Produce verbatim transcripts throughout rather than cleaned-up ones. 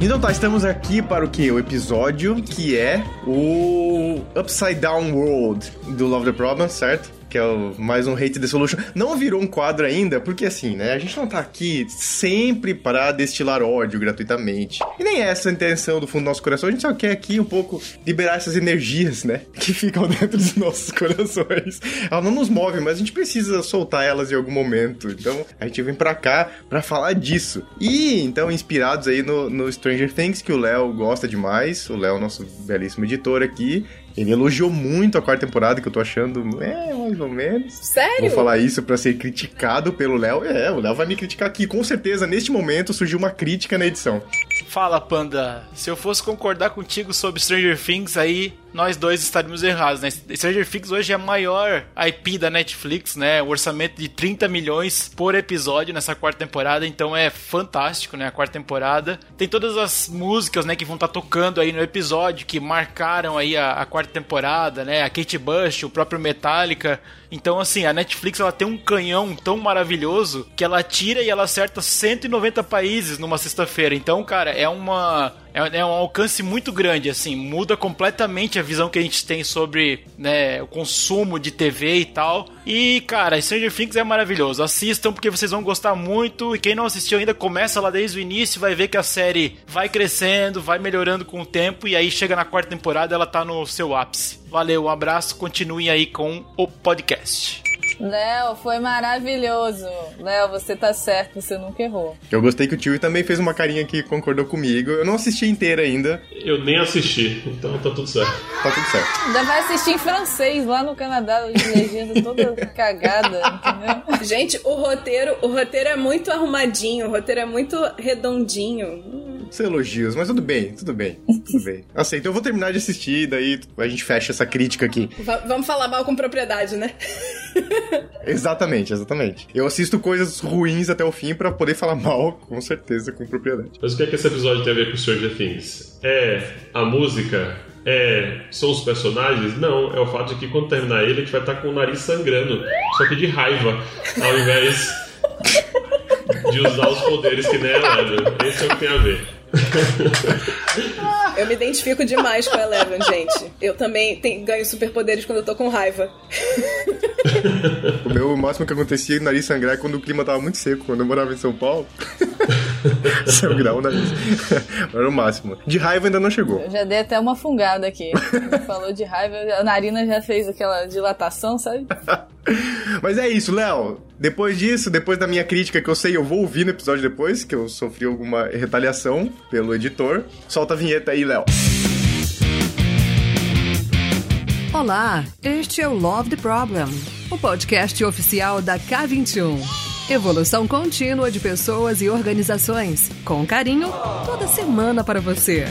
Então tá, estamos aqui para o quê? O episódio que é o Upside Down World do Love the Problem, certo? Que é o, mais um Hate the Solution. Não virou um quadro ainda, porque assim, né? A gente não tá aqui sempre para destilar ódio gratuitamente. E nem é essa a intenção do fundo do nosso coração. A gente só quer aqui um pouco liberar essas energias, né? Que ficam dentro dos nossos corações. Ela não nos move, mas a gente precisa soltar elas em algum momento. Então, a gente vem pra cá pra falar disso. E, então, inspirados aí no, no Stranger Things, que o Léo gosta demais. O Léo, nosso belíssimo editor aqui. Ele elogiou muito a quarta temporada, que eu tô achando, é, mais ou menos. Sério? Vou falar isso pra ser criticado pelo Léo. É, o Léo vai me criticar aqui. Com certeza, neste momento, surgiu uma crítica na edição. Fala, Panda. Se eu fosse concordar contigo sobre Stranger Things, aí nós dois estaríamos errados, né? Stranger Things hoje é a maior I P da Netflix, né? O orçamento de trinta milhões por episódio nessa quarta temporada, então é fantástico, né? A quarta temporada. Tem todas as músicas, né, que vão estar tocando aí no episódio, que marcaram aí a, a quarta temporada, né? A Kate Bush, o próprio Metallica. Então, assim, a Netflix, ela tem um canhão tão maravilhoso que ela tira e ela acerta cento e noventa países numa sexta-feira. Então, cara, é uma... é um alcance muito grande, assim, muda completamente a visão que a gente tem sobre, né, o consumo de T V e tal. E, cara, Stranger Things é maravilhoso. Assistam porque vocês vão gostar muito. E quem não assistiu ainda, começa lá desde o início, vai ver que a série vai crescendo, vai melhorando com o tempo. E aí chega na quarta temporada, ela tá no seu ápice. Valeu, um abraço, continuem aí com o podcast. Léo, foi maravilhoso. Léo, você tá certo, você nunca errou. Eu gostei que o tio também fez uma carinha que concordou comigo. Eu não assisti inteira ainda. Eu nem assisti, então tá tudo certo. Tá tudo certo. Ainda vai assistir em francês, lá no Canadá, de legenda toda cagada, entendeu? Gente, o roteiro, o roteiro é muito arrumadinho, o roteiro é muito redondinho. Sem elogios, mas tudo bem, tudo bem, tudo bem. Aceito, eu vou terminar de assistir, daí a gente fecha essa crítica aqui. V- vamos falar mal com propriedade, né? Exatamente, exatamente. Eu assisto coisas ruins até o fim pra poder falar mal, com certeza, com propriedade. Mas o que é que esse episódio tem a ver com Stranger Things? É a música? É... são os personagens? Não, é o fato de que quando terminar ele, a gente vai estar com o nariz sangrando, só que de raiva, ao invés de usar os poderes que nem a Eleven. Esse é o que tem a ver. Eu me identifico demais com a Eleven, gente. Eu também tenho, ganho superpoderes quando eu tô com raiva. O meu o máximo que acontecia no nariz sangrar é quando o clima tava muito seco, quando eu morava em São Paulo. Sangrar o nariz. Era o máximo. De raiva ainda não chegou. Eu já dei até uma fungada aqui. Quando falou de raiva, a narina já fez aquela dilatação, sabe? Mas é isso, Léo. Depois disso, depois da minha crítica, que eu sei, eu vou ouvir no episódio depois, que eu sofri alguma retaliação pelo editor. Solta a vinheta aí, Léo. Olá, este é o Love the Problem, o podcast oficial da K vinte e um. Evolução contínua de pessoas e organizações, com carinho, toda semana para você.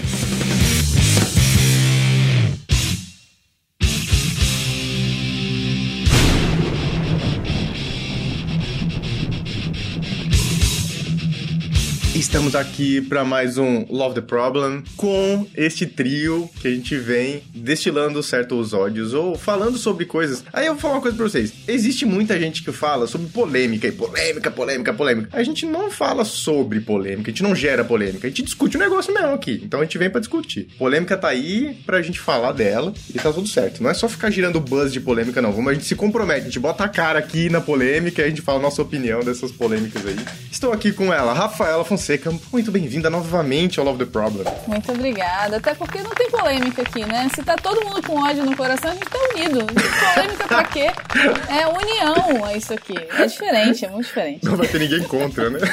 Estamos aqui para mais um Love the Problem com este trio que a gente vem destilando certos ódios ou falando sobre coisas. Aí eu vou falar uma coisa pra vocês. Existe muita gente que fala sobre polêmica e polêmica, polêmica, polêmica. A gente não fala sobre polêmica, a gente não gera polêmica, a gente discute o negócio mesmo aqui. Então a gente vem pra discutir. Polêmica tá aí pra gente falar dela e tá tudo certo. Não é só ficar girando buzz de polêmica, não. Vamos, a gente se compromete, a gente bota a cara aqui na polêmica e a gente fala a nossa opinião dessas polêmicas aí. Estou aqui com ela, Rafaela Fonseca. Muito bem-vinda novamente ao Love the Problem. Muito obrigada. Até porque não tem polêmica aqui, né? Se tá todo mundo com ódio no coração, a gente tá unido. Polêmica pra quê? É união, é isso aqui. É diferente, é muito diferente. Não vai ter ninguém contra, né?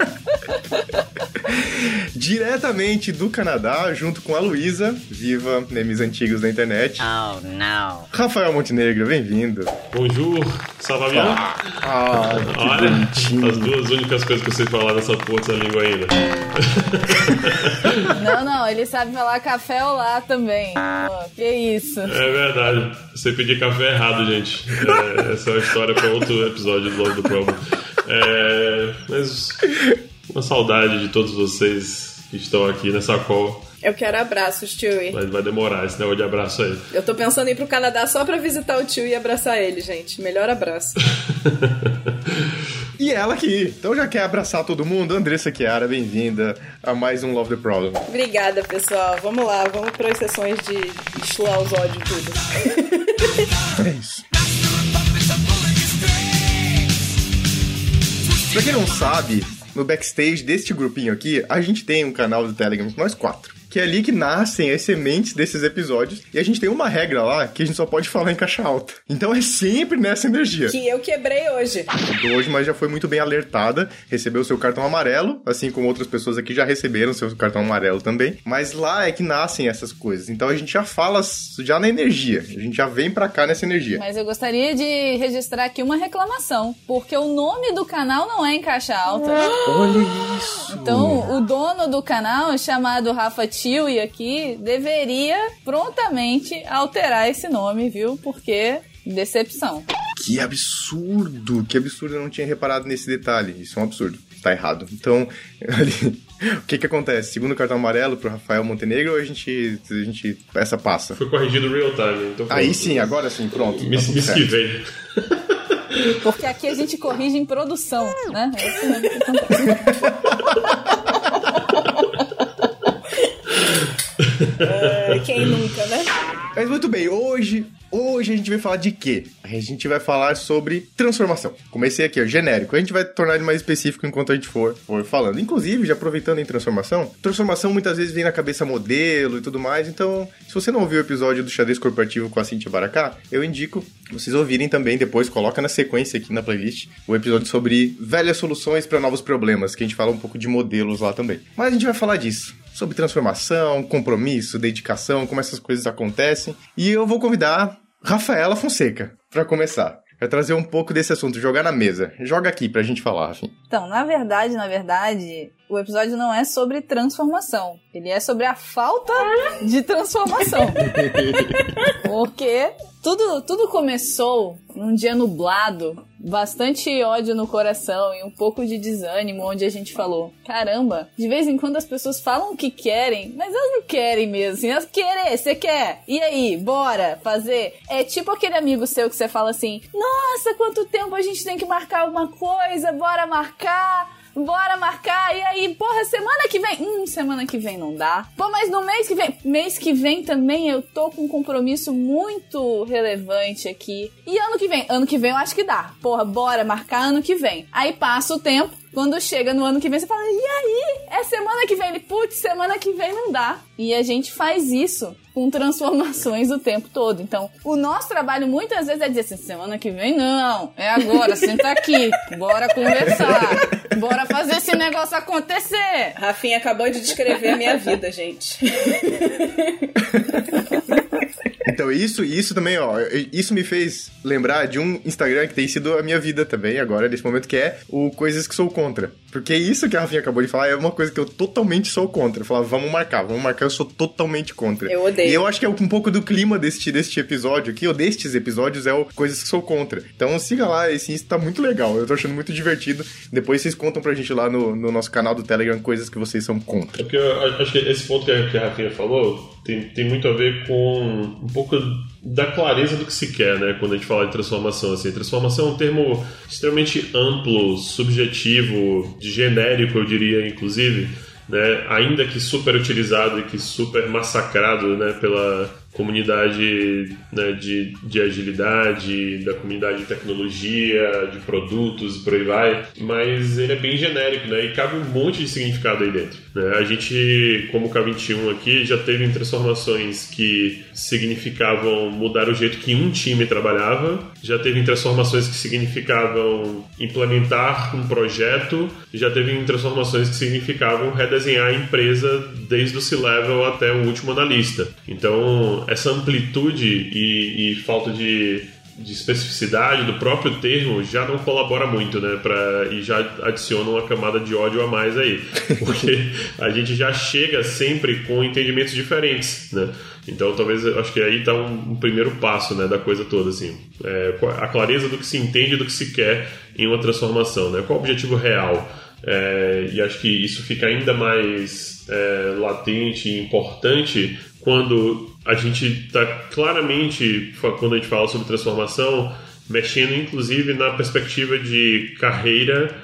Diretamente do Canadá, junto com a Luísa, viva memes antigos da internet. Oh, não. Rafael Montenegro, bem-vindo. Bonjour, ça va bien? Ah, ah que olha, bonitinho. as duas únicas coisas que eu sei falar nessa porra dessa língua ainda. Não, não, ele sabe falar café olá também. Pô, que isso. É verdade. Você pediu café errado, gente. É, essa é uma história para outro episódio do Love the Problem. É, mas uma saudade de todos vocês que estão aqui nessa call. Eu quero abraços, Chewie. Mas vai demorar esse negócio de abraço aí. Eu tô pensando em ir pro Canadá só pra visitar o tio e abraçar ele, gente. Melhor abraço. E ela aqui. Então já quer abraçar todo mundo? Andressa Chiara, bem-vinda a mais um Love the Problem. Obrigada, pessoal. Vamos lá, vamos para as sessões de estilar os ódios e tudo. É isso. Pra quem não sabe, no backstage deste grupinho aqui, a gente tem um canal do Telegram, nós quatro. Que é ali que nascem as sementes desses episódios. E a gente tem uma regra lá que a gente só pode falar em caixa alta. Então é sempre nessa energia. Que eu quebrei hoje. Hoje, mas já foi muito bem alertada. Recebeu o seu cartão amarelo, assim como outras pessoas aqui já receberam o seu cartão amarelo também. Mas lá é que nascem essas coisas. Então a gente já fala já na energia. A gente já vem pra cá nessa energia. Mas eu gostaria de registrar aqui uma reclamação. Porque o nome do canal não é em caixa alta. Olha isso! Então, o dono do canal, chamado Rafa Tui aqui, deveria prontamente alterar esse nome, viu? Porque decepção. Que absurdo! Que absurdo, eu não tinha reparado nesse detalhe. Isso é um absurdo. Tá errado. Então, ali, o que que acontece? Segundo cartão amarelo pro Rafael Montenegro, ou a gente, a gente essa passa? Foi corrigido real time. Então Aí sim, agora sim, pronto. Me, tá me esquivei. Porque aqui a gente corrige em produção, né? É isso mesmo que acontece. Uh, quem nunca, né? Mas muito bem, hoje, hoje a gente vai falar de quê? A gente vai falar sobre transformação. Comecei aqui, ó, genérico. A gente vai tornar ele mais específico enquanto a gente for, for falando. Inclusive, já aproveitando em transformação, transformação muitas vezes vem na cabeça modelo e tudo mais. Então, se você não ouviu o episódio do Xadrez Corporativo com a Cintia Baracá, eu indico vocês ouvirem também depois, coloca na sequência aqui na playlist, o episódio sobre velhas soluções para novos problemas, que a gente fala um pouco de modelos lá também. Mas a gente vai falar disso. Sobre transformação, compromisso, dedicação, como essas coisas acontecem. E eu vou convidar Rafaela Fonseca para começar. Vai trazer um pouco desse assunto, jogar na mesa. Joga aqui pra gente falar, Rafinha. Então, na verdade, na verdade, o episódio não é sobre transformação. Ele é sobre a falta de transformação. Porque tudo, tudo começou num dia nublado, bastante ódio no coração e um pouco de desânimo, onde a gente falou, caramba, de vez em quando as pessoas falam o que querem, mas elas não querem mesmo, assim, elas querem, você quer, e aí, bora fazer? É tipo aquele amigo seu que você fala assim, nossa, quanto tempo a gente tem que marcar alguma coisa, bora marcar... Bora marcar, e aí, porra, semana que vem? Hum, semana que vem não dá. Pô, mas no mês que vem? Mês que vem também eu tô com um compromisso muito relevante aqui. E ano que vem? Ano que vem eu acho que dá. Porra, bora marcar ano que vem. Aí passa o tempo, quando chega no ano que vem você fala, e aí? É semana que vem? Ele, putz, semana que vem não dá. E a gente faz isso com transformações o tempo todo. Então, o nosso trabalho muitas vezes é dizer assim, semana que vem não, é agora, senta aqui, bora conversar, bora fazer esse negócio acontecer. Rafinha acabou de descrever a minha vida, gente. Então isso, isso também, ó, isso me fez lembrar de um Instagram que tem sido a minha vida também agora, nesse momento, que é o Coisas que Sou Contra. Porque isso que a Rafinha acabou de falar é uma coisa que eu totalmente sou contra. Falar, vamos marcar, vamos marcar, eu sou totalmente contra. Eu odeio. E eu acho que é um pouco do clima deste, deste episódio aqui, ou destes episódios, é o Coisas que Sou Contra. Então siga lá, esse Insta tá muito legal, eu tô achando muito divertido. Depois vocês contam pra gente lá no, no nosso canal do Telegram coisas que vocês são contra. É porque eu acho que esse ponto que a, que a Rafinha falou tem, tem muito a ver com um pouco da clareza do que se quer, né? Quando a gente fala de transformação, assim. Transformação é um termo extremamente amplo, subjetivo, genérico, eu diria, inclusive, né? Ainda que super utilizado e que super massacrado, né? Pela comunidade, né, de, de agilidade, da comunidade de tecnologia, de produtos e por aí vai, mas ele é bem genérico, né, e cabe um monte de significado aí dentro, né? A gente, como K vinte e um aqui, já teve transformações que significavam mudar o jeito que um time trabalhava, já teve transformações que significavam implementar um projeto, já teve transformações que significavam redesenhar a empresa desde o C-Level até o último analista. Então, essa amplitude e, e falta de, de especificidade do próprio termo já não colabora muito, né? Pra, e já adiciona uma camada de ódio a mais aí. Porque a gente já chega sempre com entendimentos diferentes, né? Então, talvez, acho que aí está um, um primeiro passo, né, da coisa toda, assim. É, a clareza do que se entende e do que se quer em uma transformação, né? Qual o objetivo real? É, e acho que isso fica ainda mais é, latente e importante quando a gente está claramente, quando a gente fala sobre transformação, mexendo inclusive na perspectiva de carreira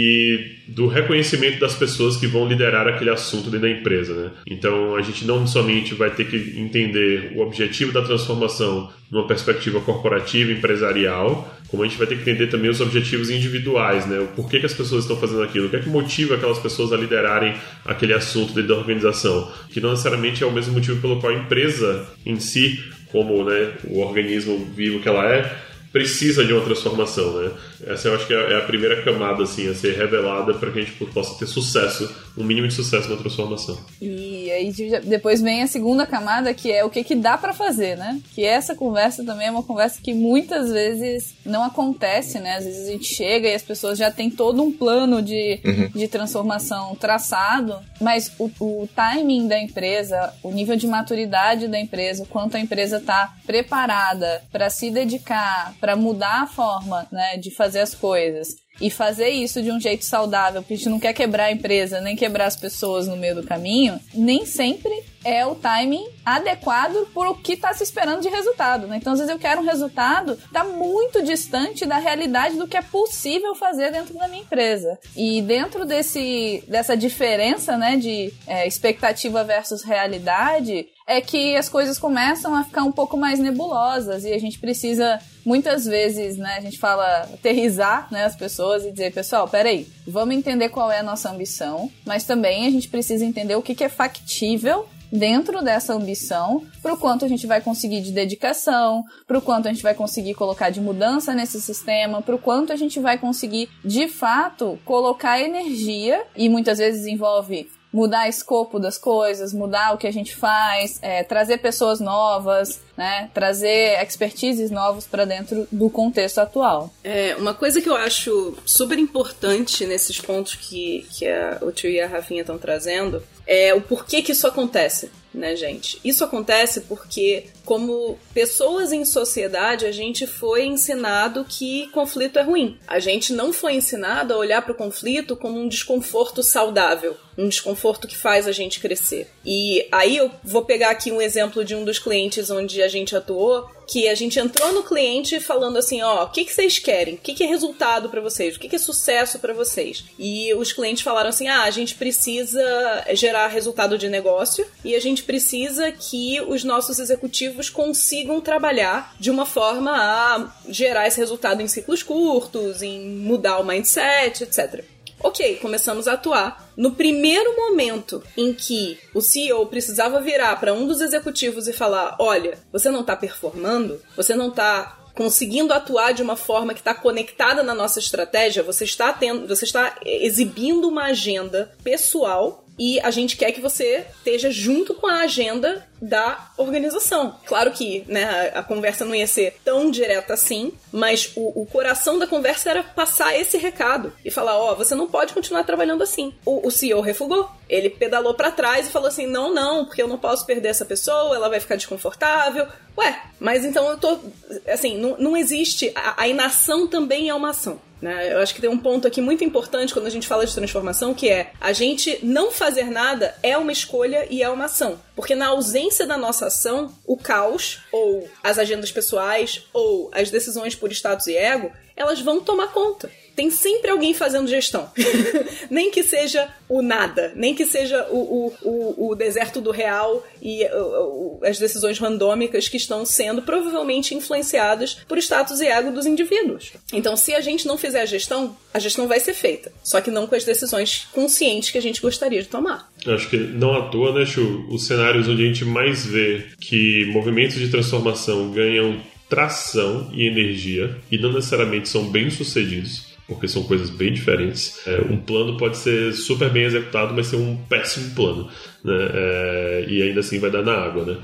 e do reconhecimento das pessoas que vão liderar aquele assunto dentro da empresa, né? Então a gente não somente vai ter que entender o objetivo da transformação numa perspectiva corporativa, empresarial, como a gente vai ter que entender também os objetivos individuais, né? O porquê que as pessoas estão fazendo aquilo, o que é que motiva aquelas pessoas a liderarem aquele assunto dentro da organização, que não necessariamente é o mesmo motivo pelo qual a empresa em si, como, né, o organismo vivo que ela é, precisa de uma transformação, né? Essa eu acho que é a primeira camada assim, a ser revelada para que a gente possa ter sucesso, um mínimo de sucesso na transformação. E aí depois vem a segunda camada, que é o que, que dá para fazer, né? Que essa conversa também é uma conversa que muitas vezes não acontece, né? Às vezes a gente chega e as pessoas já têm todo um plano de, uhum. de transformação traçado, mas o, o timing da empresa, o nível de maturidade da empresa, o quanto a empresa está preparada para se dedicar, para mudar a forma, né, de fazer as coisas e fazer isso de um jeito saudável, porque a gente não quer quebrar a empresa, nem quebrar as pessoas no meio do caminho, nem sempre é o timing adequado por o que está se esperando de resultado, né? Então, às vezes eu quero um resultado que está muito distante da realidade do que é possível fazer dentro da minha empresa. E dentro desse, dessa diferença, né, de é, expectativa versus realidade, é que as coisas começam a ficar um pouco mais nebulosas e a gente precisa, muitas vezes, né, a gente fala aterrizar, né, as pessoas e dizer, pessoal, peraí, vamos entender qual é a nossa ambição, mas também a gente precisa entender o que, que é factível dentro dessa ambição, para o quanto a gente vai conseguir de dedicação, para o quanto a gente vai conseguir colocar de mudança nesse sistema, para o quanto a gente vai conseguir, de fato, colocar energia, e muitas vezes envolve mudar o escopo das coisas, mudar o que a gente faz, é, trazer pessoas novas, né, trazer expertises novos para dentro do contexto atual. É, uma coisa que eu acho super importante nesses pontos que, que a, o Tio e a Rafinha estão trazendo é o porquê que isso acontece, né, gente? Isso acontece porque, como pessoas em sociedade, a gente foi ensinado que conflito é ruim. A gente não foi ensinado a olhar para o conflito como um desconforto saudável, um desconforto que faz a gente crescer. E aí eu vou pegar aqui um exemplo de um dos clientes onde a gente atuou, que a gente entrou no cliente falando assim, ó, o que, que vocês querem? O que, que é resultado para vocês? O que, que é sucesso para vocês? E os clientes falaram assim, ah, a gente precisa gerar resultado de negócio e a gente precisa que os nossos executivos consigam trabalhar de uma forma a gerar esse resultado em ciclos curtos, em mudar o mindset, etcétera. Ok, começamos a atuar. No primeiro momento em que o C E O precisava virar para um dos executivos e falar, olha, você não está performando, você não está conseguindo atuar de uma forma que está conectada na nossa estratégia, você está tendo, você está exibindo uma agenda pessoal e a gente quer que você esteja junto com a agenda da organização. Claro que, né, a, a conversa não ia ser tão direta assim, mas o, o coração da conversa era passar esse recado e falar, ó, oh, você não pode continuar trabalhando assim. O, o C E O refugou. Ele pedalou pra trás e falou assim, não, não, porque eu não posso perder essa pessoa, ela vai ficar desconfortável. Ué, mas então eu tô... Assim, não, não existe... A, a inação também é uma ação. Né? Eu acho que tem um ponto aqui muito importante quando a gente fala de transformação, que é a gente não fazer nada é uma escolha e é uma ação. Porque na ausência da nossa ação, o caos, ou as agendas pessoais, ou as decisões por status e ego, elas vão tomar conta. Tem sempre alguém fazendo gestão. Nem que seja o nada, nem que seja o, o, o, o deserto do real e o, o, as decisões randômicas que estão sendo provavelmente influenciadas por status e ego dos indivíduos. Então, se a gente não fizer a gestão, a gestão vai ser feita. Só que não com as decisões conscientes que a gente gostaria de tomar. Eu acho que não à toa, né, Chu? Os cenários onde a gente mais vê que movimentos de transformação ganham tração e energia e não necessariamente são bem-sucedidos, porque são coisas bem diferentes. É, um plano pode ser super bem executado, mas ser um péssimo plano, né? É, e ainda assim vai dar na água, né?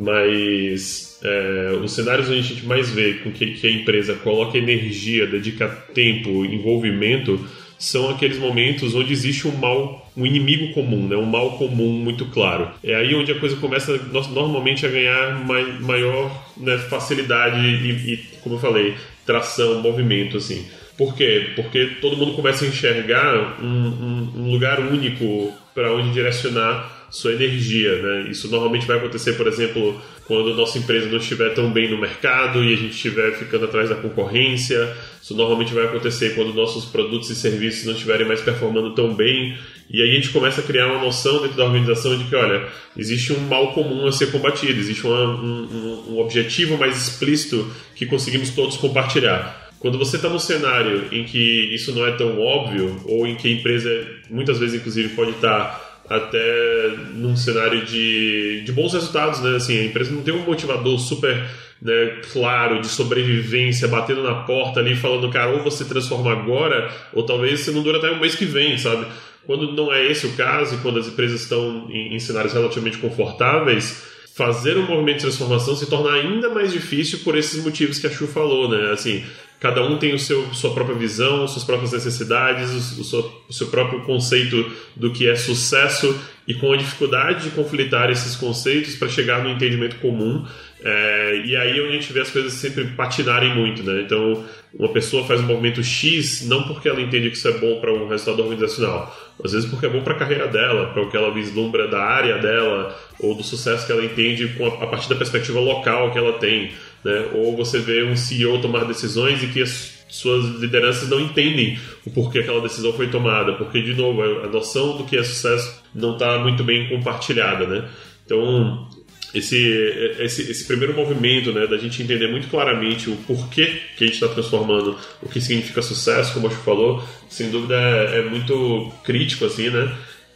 Mas é, os cenários onde a gente mais vê com que, que a empresa coloca energia, dedica tempo, envolvimento, são aqueles momentos onde existe um mal, um inimigo comum, né? Um mal comum muito claro. É aí onde a coisa começa normalmente a ganhar maior, né, facilidade e, e, como eu falei, tração, movimento, assim. Por quê? Porque todo mundo começa a enxergar um, um, um lugar único para onde direcionar sua energia, né? Isso normalmente vai acontecer, por exemplo, quando a nossa empresa não estiver tão bem no mercado e a gente estiver ficando atrás da concorrência. Isso normalmente vai acontecer quando nossos produtos e serviços não estiverem mais performando tão bem. E aí a gente começa a criar uma noção dentro da organização de que, olha, existe um mal comum a ser combatido, existe uma, um, um objetivo mais explícito que conseguimos todos compartilhar. Quando você está num cenário em que isso não é tão óbvio, ou em que a empresa, muitas vezes, inclusive, pode estar até num cenário de, de bons resultados, né? Assim, a empresa não tem um motivador super, né, claro, de sobrevivência, batendo na porta ali, falando, cara, ou você transforma agora, ou talvez você não dura até o mês que vem, sabe? Quando não é esse o caso, e quando as empresas estão em, em cenários relativamente confortáveis, fazer um movimento de transformação se torna ainda mais difícil por esses motivos que a Chu falou, né? Assim, cada um tem o seu, sua própria visão, suas próprias necessidades, o, o, seu, o seu próprio conceito do que é sucesso, e com a dificuldade de conflitar esses conceitos para chegar no entendimento comum. É, e aí a gente vê as coisas sempre patinarem muito, né? Então, uma pessoa faz um movimento X não porque ela entende que isso é bom para um resultado organizacional, às vezes porque é bom para a carreira dela, para o que ela vislumbra da área dela, ou do sucesso que ela entende com a, a partir da perspectiva local que ela tem, né? Ou você vê um C E O tomar decisões e que as suas lideranças não entendem o porquê aquela decisão foi tomada, porque, de novo, a noção do que é sucesso não está muito bem compartilhada, né? Então, esse, esse, esse primeiro movimento, né, da gente entender muito claramente o porquê que a gente está transformando, o que significa sucesso, como a Chu falou, sem dúvida é, é muito crítico, assim, né?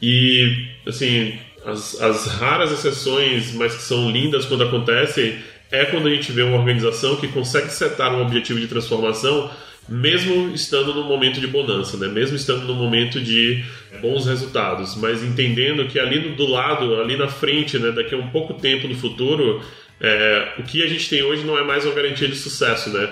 E, assim, as, as raras exceções, mas que são lindas quando acontecem, é quando a gente vê uma organização que consegue setar um objetivo de transformação mesmo estando num momento de bonança, né? Mesmo estando num momento de bons resultados, mas entendendo que ali do lado, ali na frente, né, daqui a um pouco tempo no futuro, é, o que a gente tem hoje não é mais uma garantia de sucesso, né?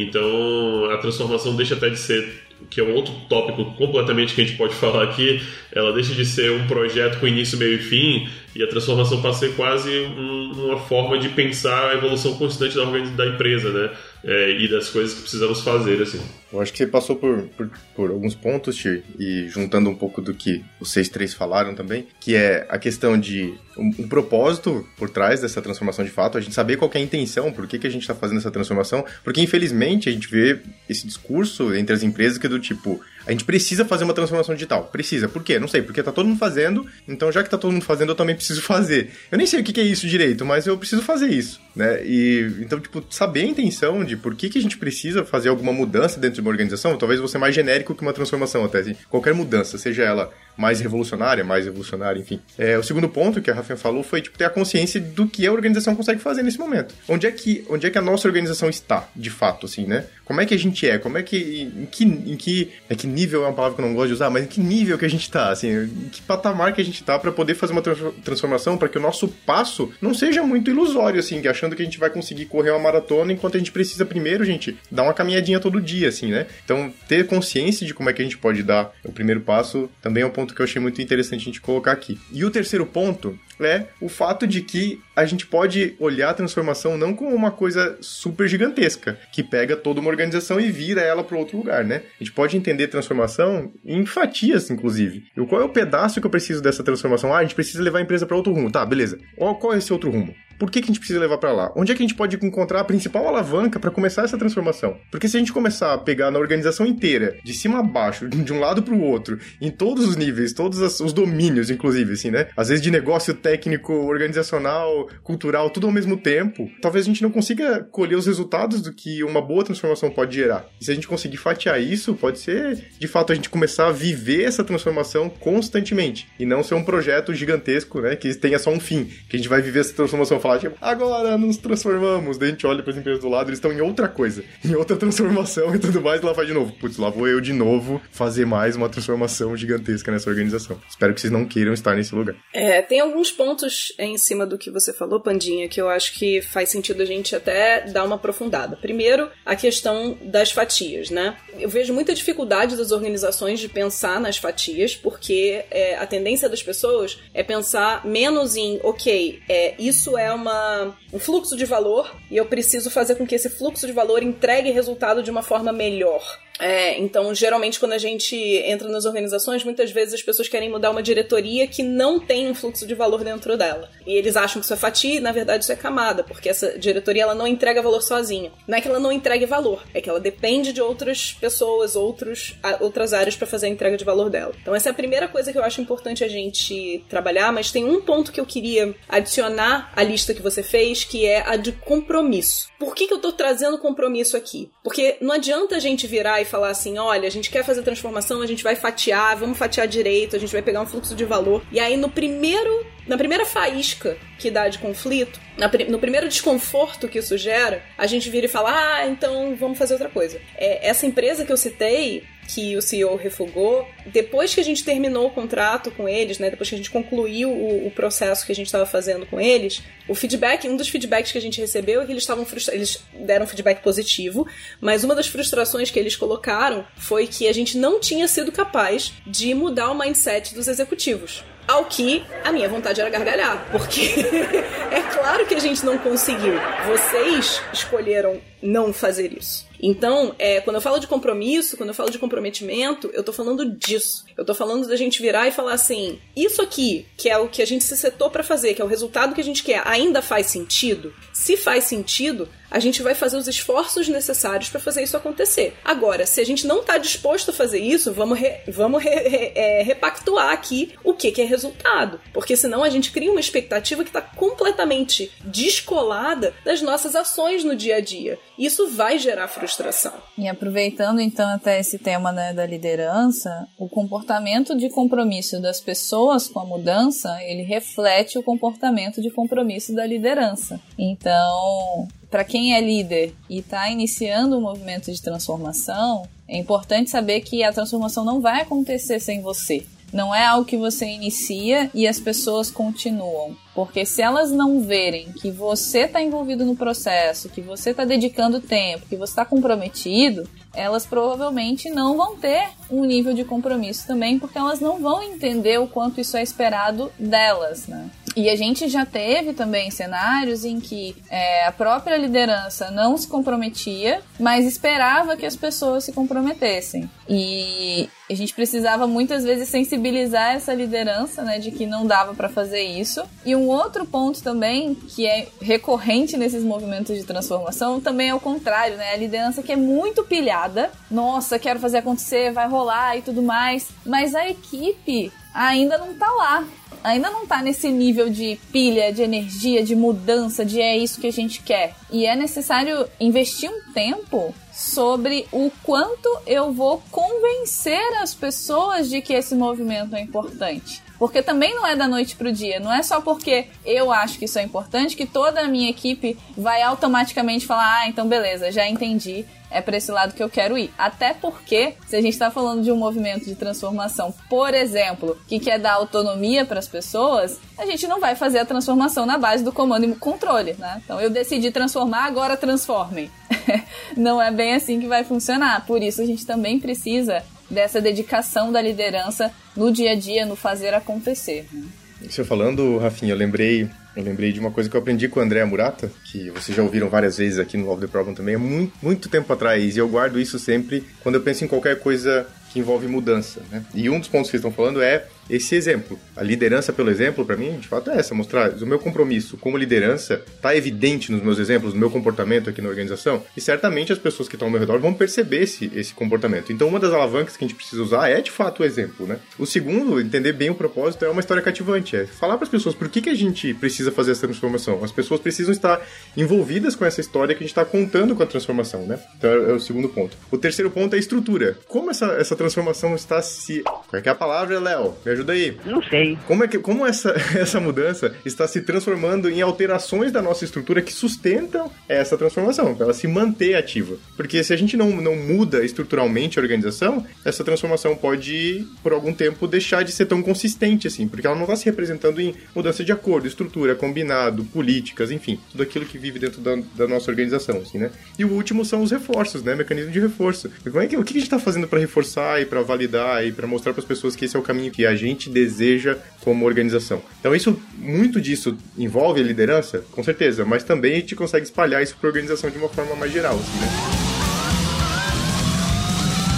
Então a transformação deixa até de ser, que é um outro tópico completamente que a gente pode falar aqui, ela deixa de ser um projeto com início, meio e fim, e a transformação passa a ser quase um, uma forma de pensar a evolução constante da, da empresa, né? É, e das coisas que precisamos fazer, assim. Eu acho que você passou por, por, por alguns pontos, Tir, e juntando um pouco do que vocês três falaram também, que é a questão de um, um propósito por trás dessa transformação de fato, a gente saber qual que é a intenção, por que, que a gente está fazendo essa transformação, porque infelizmente a gente vê esse discurso entre as empresas que é do tipo, a gente precisa fazer uma transformação digital. Precisa. Por quê? Não sei. Porque tá todo mundo fazendo, então já que tá todo mundo fazendo, eu também preciso fazer. Eu nem sei o que é isso direito, mas eu preciso fazer isso, né? E, então, tipo, saber a intenção de por que, que a gente precisa fazer alguma mudança dentro de uma organização, talvez você mais genérico que uma transformação até, assim. Qualquer mudança, seja ela mais revolucionária, mais revolucionária, enfim. É, o segundo ponto que a Rafinha falou foi, tipo, ter a consciência do que a organização consegue fazer nesse momento. Onde é que, onde é que a nossa organização está, de fato, assim, né? Como é que a gente é? Como é que... Em que... Em que é que nível é uma palavra que eu não gosto de usar, mas em que nível que a gente tá, assim, em que patamar que a gente tá pra poder fazer uma transformação, pra que o nosso passo não seja muito ilusório, assim, achando que a gente vai conseguir correr uma maratona enquanto a gente precisa primeiro, gente, dar uma caminhadinha todo dia, assim, né? Então, ter consciência de como é que a gente pode dar o primeiro passo também é um ponto que eu achei muito interessante a gente colocar aqui. E o terceiro ponto é o fato de que a gente pode olhar a transformação não como uma coisa super gigantesca, que pega toda uma organização e vira ela para outro lugar, né? A gente pode entender transformação em fatias, inclusive. E qual é o pedaço que eu preciso dessa transformação? Ah, a gente precisa levar a empresa para outro rumo. Tá, beleza. Qual é esse outro rumo? Por que, que a gente precisa levar para lá? Onde é que a gente pode encontrar a principal alavanca para começar essa transformação? Porque se a gente começar a pegar na organização inteira, de cima a baixo, de um lado para o outro, em todos os níveis, todos os domínios, inclusive, assim, né? Às vezes de negócio técnico, organizacional, cultural, tudo ao mesmo tempo, talvez a gente não consiga colher os resultados do que uma boa transformação pode gerar. E se a gente conseguir fatiar isso, pode ser, de fato, a gente começar a viver essa transformação constantemente, e não ser um projeto gigantesco, né? Que tenha só um fim, que a gente vai viver essa transformação falar, tipo, agora nos transformamos. Daí a gente olha para as empresas do lado, eles estão em outra coisa, em outra transformação e tudo mais, e lá vai de novo. Putz, lá vou eu de novo fazer mais uma transformação gigantesca nessa organização. Espero que vocês não queiram estar nesse lugar. É, tem alguns pontos em cima do que você falou, Pandinha, que eu acho que faz sentido a gente até dar uma aprofundada. Primeiro, a questão das fatias, né? Eu vejo muita dificuldade das organizações de pensar nas fatias, porque é, a tendência das pessoas é pensar menos em, ok, é, isso é Uma, um fluxo de valor e eu preciso fazer com que esse fluxo de valor entregue resultado de uma forma melhor. É, então, geralmente, quando a gente entra nas organizações, muitas vezes as pessoas querem mudar uma diretoria que não tem um fluxo de valor dentro dela. E eles acham que isso é fatia e, na verdade, isso é camada, porque essa diretoria ela não entrega valor sozinha. Não é que ela não entregue valor, é que ela depende de outras pessoas, outros, outras áreas para fazer a entrega de valor dela. Então, essa é a primeira coisa que eu acho importante a gente trabalhar, mas tem um ponto que eu queria adicionar à lista que você fez, que é a de compromisso. Por que que eu tô trazendo compromisso aqui? Porque não adianta a gente virar e falar assim, olha, a gente quer fazer transformação, a gente vai fatiar, vamos fatiar direito, a gente vai pegar um fluxo de valor. E aí no primeiro, na primeira faísca que dá de conflito, na, no primeiro desconforto que isso gera, a gente vira e fala, ah, então vamos fazer outra coisa. É, essa empresa que eu citei, que o C E O refugou, depois que a gente terminou o contrato com eles, né, depois que a gente concluiu o, o processo que a gente estava fazendo com eles, o feedback, um dos feedbacks que a gente recebeu é que eles estavam frustrados, eles deram feedback positivo, mas uma das frustrações que eles colocaram foi que a gente não tinha sido capaz de mudar o mindset dos executivos. Ao que a minha vontade era gargalhar, porque é claro que a gente não conseguiu. Vocês escolheram não fazer isso. Então, é, quando eu falo de compromisso, quando eu falo de comprometimento, eu tô falando disso. Eu tô falando da gente virar e falar assim, isso aqui, que é o que a gente se setou pra fazer, que é o resultado que a gente quer, ainda faz sentido? Se faz sentido, a gente vai fazer os esforços necessários pra fazer isso acontecer. Agora, se a gente não tá disposto a fazer isso, vamos, re, vamos re, re, é, repactuar aqui o que, que é resultado. Porque senão a gente cria uma expectativa que tá completamente descolada das nossas ações no dia a dia. Isso vai gerar frustração. E aproveitando então até esse tema, né, da liderança, o comportamento de compromisso das pessoas com a mudança, ele reflete o comportamento de compromisso da liderança. Então, para quem é líder e está iniciando um movimento de transformação, é importante saber que a transformação não vai acontecer sem você. Não é algo que você inicia e as pessoas continuam. Porque se elas não verem que você está envolvido no processo, que você está dedicando tempo, que você está comprometido, elas provavelmente não vão ter um nível de compromisso também, porque elas não vão entender o quanto isso é esperado delas, né? E a gente já teve também cenários em que é, a própria liderança não se comprometia, mas esperava que as pessoas se comprometessem. E a gente precisava muitas vezes sensibilizar essa liderança, né, de que não dava para fazer isso. E um outro ponto também, que é recorrente nesses movimentos de transformação, também é o contrário, né? A liderança que é muito pilhada, nossa, quero fazer acontecer, vai rolar e tudo mais, mas a equipe ainda não tá lá. Ainda não tá nesse nível de pilha, de energia, de mudança, de é isso que a gente quer. E é necessário investir um tempo sobre o quanto eu vou convencer as pessoas de que esse movimento é importante. Porque também não é da noite pro dia, não é só porque eu acho que isso é importante que toda a minha equipe vai automaticamente falar, ah, então beleza, já entendi, é pra esse lado que eu quero ir. Até porque, se a gente tá falando de um movimento de transformação, por exemplo, que quer dar autonomia pras pessoas, a gente não vai fazer a transformação na base do comando e controle, né? Então eu decidi transformar, agora transformem. Não é bem assim que vai funcionar, por isso a gente também precisa dessa dedicação da liderança no dia a dia, no fazer acontecer. Você falando, Rafinha, eu lembrei, eu lembrei de uma coisa que eu aprendi com o André Murata, que vocês já ouviram várias vezes aqui no Love the Problem também, há muito, muito tempo atrás, e eu guardo isso sempre quando eu penso em qualquer coisa que envolve mudança, né? E um dos pontos que vocês estão falando é esse exemplo. A liderança pelo exemplo, para mim, de fato é essa, mostrar o meu compromisso como liderança tá evidente nos meus exemplos, no meu comportamento aqui na organização, e certamente as pessoas que estão ao meu redor vão perceber esse, esse comportamento. Então, uma das alavancas que a gente precisa usar é, de fato, o exemplo, né? O segundo, entender bem o propósito, é uma história cativante, é falar para as pessoas por que, que a gente precisa fazer essa transformação. As pessoas precisam estar envolvidas com essa história que a gente está contando com a transformação, né? Então, é o segundo ponto. O terceiro ponto é a estrutura. Como essa, essa transformação está se... Qual é que é a palavra, Léo? Me ajuda aí. Não sei. Como é que como essa, essa mudança está se transformando em alterações da nossa estrutura que sustentam essa transformação, para ela se manter ativa. Porque se a gente não, não muda estruturalmente a organização, essa transformação pode, por algum tempo, deixar de ser tão consistente assim, porque ela não está se representando em mudança de acordo, estrutura, combinado, políticas, enfim, tudo aquilo que vive dentro da, da nossa organização, assim, né? E o último são os reforços, né? Mecanismo de reforço. Como é que, o que a gente está fazendo para reforçar e para validar e para mostrar para as pessoas que esse é o caminho que a gente deseja como organização. Então isso, muito disso envolve a liderança, com certeza, mas também a gente consegue espalhar isso para a organização de uma forma mais geral, assim, né?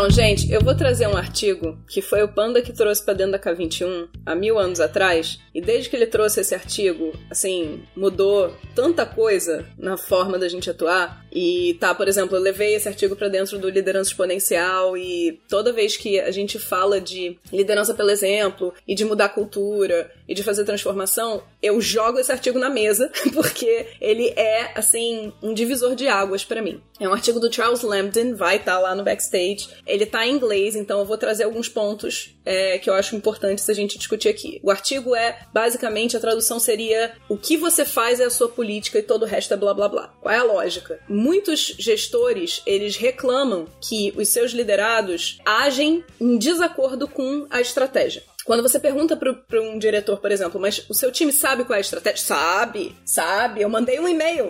Então, gente, eu vou trazer um artigo que foi o Panda que trouxe pra dentro da K vinte e um há mil anos atrás, e desde que ele trouxe esse artigo, assim, mudou tanta coisa na forma da gente atuar. E tá, por exemplo, eu levei esse artigo pra dentro do Liderança Exponencial, e toda vez que a gente fala de liderança pelo exemplo, e de mudar a cultura, e de fazer transformação, eu jogo esse artigo na mesa, porque ele é, assim, um divisor de águas pra mim. É um artigo do Charles Lambden, vai estar lá no backstage. Ele tá em inglês, então eu vou trazer alguns pontos é, que eu acho importantes a gente discutir aqui. O artigo é, basicamente, a tradução seria: o que você faz é a sua política e todo o resto é blá blá blá. Qual é a lógica? Muitos gestores, eles reclamam que os seus liderados agem em desacordo com a estratégia. Quando você pergunta para um diretor, por exemplo, mas o seu time sabe qual é a estratégia? Sabe, sabe, eu mandei um e-mail,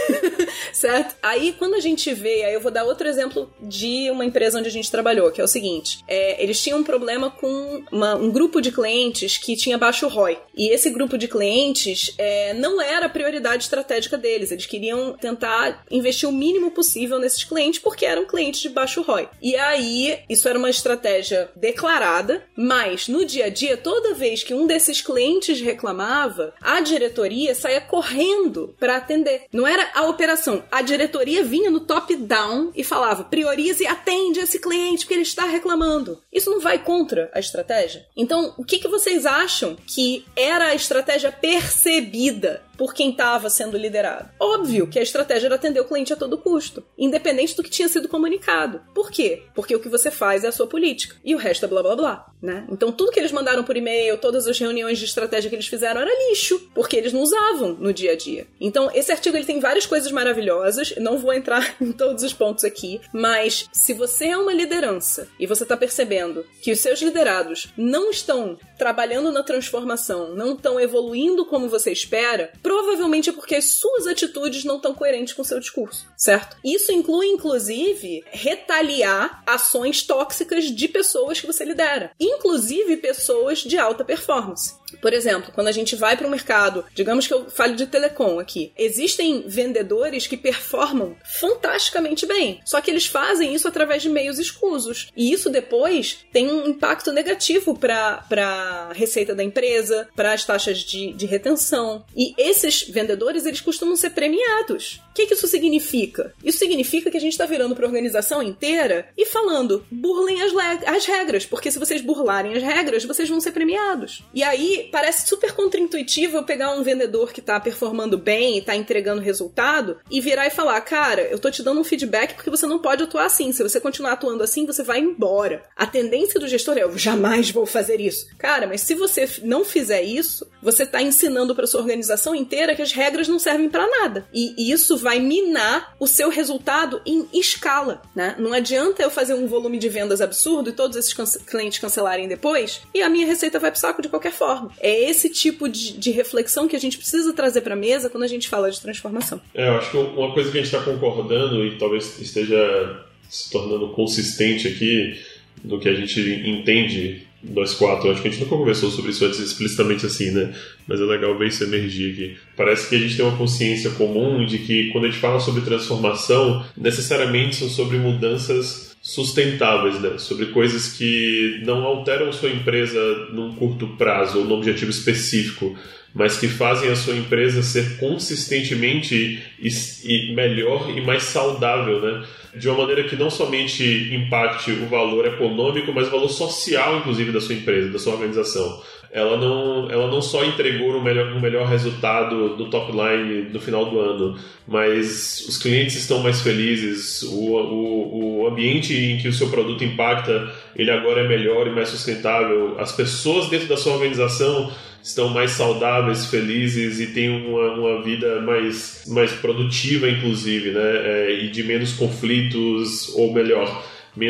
certo? Aí, quando a gente vê, aí eu vou dar outro exemplo de uma empresa onde a gente trabalhou, que é o seguinte, é, eles tinham um problema com uma, um grupo de clientes que tinha baixo R O I, e esse grupo de clientes é, não era a prioridade estratégica deles, eles queriam tentar investir o mínimo possível nesses clientes, porque eram clientes de baixo R O I. E aí, isso era uma estratégia declarada, mas no dia a dia, toda vez que um desses clientes reclamava, a diretoria saía correndo para atender. Não era a operação, a diretoria vinha no top-down e falava: priorize e atende esse cliente porque ele está reclamando. Isso não vai contra a estratégia? Então, o que, que vocês acham que era a estratégia percebida por quem estava sendo liderado? Óbvio que a estratégia era atender o cliente a todo custo, independente do que tinha sido comunicado. Por quê? Porque o que você faz é a sua política, e o resto é blá blá blá, né? Então tudo que eles mandaram por e-mail, todas as reuniões de estratégia que eles fizeram era lixo, porque eles não usavam no dia a dia. Então esse artigo ele tem várias coisas maravilhosas, não vou entrar em todos os pontos aqui, mas se você é uma liderança e você está percebendo que os seus liderados não estão trabalhando na transformação, não estão evoluindo como você espera, provavelmente é porque as suas atitudes não estão coerentes com o seu discurso, certo? Isso inclui, inclusive, retaliar ações tóxicas de pessoas que você lidera, inclusive pessoas de alta performance. Por exemplo, quando a gente vai para o mercado, digamos que eu fale de telecom aqui, existem vendedores que performam fantasticamente bem, só que eles fazem isso através de meios escusos, e isso depois tem um impacto negativo para a receita da empresa, para as taxas de, de retenção, e esses vendedores, eles costumam ser premiados. O que, que isso significa? Isso significa que a gente está virando para a organização inteira e falando: burlem as, as regras, porque se vocês burlarem as regras, vocês vão ser premiados. E aí, parece super contraintuitivo eu pegar um vendedor que tá performando bem e tá entregando resultado e virar e falar: cara, eu tô te dando um feedback porque você não pode atuar assim. Se você continuar atuando assim, você vai embora. A tendência do gestor é: eu jamais vou fazer isso. Cara, mas se você não fizer isso, você tá ensinando pra sua organização inteira que as regras não servem pra nada. E isso vai minar o seu resultado em escala, né? Não adianta eu fazer um volume de vendas absurdo e todos esses cance- clientes cancelarem depois e a minha receita vai pro saco de qualquer forma. É esse tipo de, de reflexão que a gente precisa trazer pra mesa quando a gente fala de transformação. É, eu acho que uma coisa que a gente está concordando e talvez esteja se tornando consistente aqui no que a gente entende nós quatro, acho que a gente nunca conversou sobre isso antes explicitamente assim, né? Mas é legal ver isso emergir aqui. Parece que a gente tem uma consciência comum de que quando a gente fala sobre transformação, necessariamente são sobre mudanças sustentáveis, né? Sobre coisas que não alteram sua empresa num curto prazo ou num objetivo específico, mas que fazem a sua empresa ser consistentemente e, e melhor e mais saudável, né? De uma maneira que não somente impacte o valor econômico, mas o valor social, inclusive, da sua empresa, da sua organização. Ela não, ela não só entregou um melhor, um melhor resultado do top line no final do ano, mas os clientes estão mais felizes, o, o, o ambiente em que o seu produto impacta, ele agora é melhor e mais sustentável, as pessoas dentro da sua organização estão mais saudáveis, felizes e têm uma, uma vida mais, mais produtiva, inclusive, né? É, e de menos conflitos, ou melhor,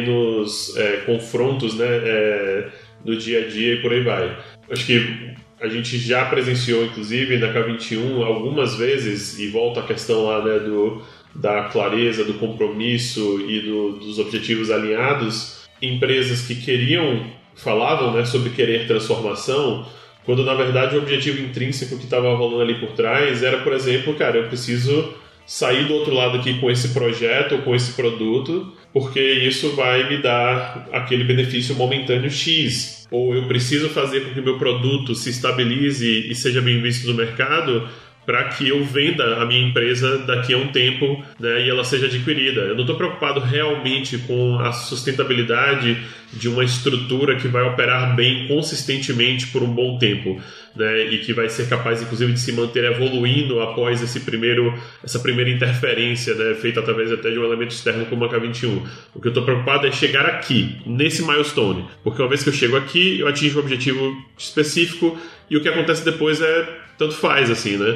menos é, confrontos, né? É, no dia a dia e por aí vai. Acho que a gente já presenciou, inclusive, na K vinte e um algumas vezes, e volta a questão lá, né, do, da clareza, do compromisso e do, dos objetivos alinhados, empresas que queriam, falavam, né, sobre querer transformação, quando na verdade o objetivo intrínseco que estava rolando ali por trás era, por exemplo, cara, eu preciso sair do outro lado aqui com esse projeto ou com esse produto, porque isso vai me dar aquele benefício momentâneo X. Ou eu preciso fazer com que o meu produto se estabilize e seja bem visto no mercado para que eu venda a minha empresa daqui a um tempo, né, e ela seja adquirida. Eu não estou preocupado realmente com a sustentabilidade de uma estrutura que vai operar bem consistentemente por um bom tempo, né, e que vai ser capaz, inclusive, de se manter evoluindo após esse primeiro, essa primeira interferência, né, feita através até de um elemento externo como a K vinte e um. O que eu estou preocupado é chegar aqui, nesse milestone, porque uma vez que eu chego aqui, eu atingo um objetivo específico e o que acontece depois é tanto faz, assim, né?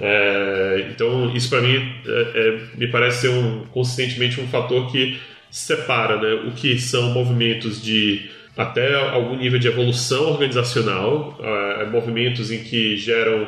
É, então, isso para mim é, é, me parece ser um, consistentemente um fator que separa, né, o que são movimentos de até algum nível de evolução organizacional, uh, movimentos em que geram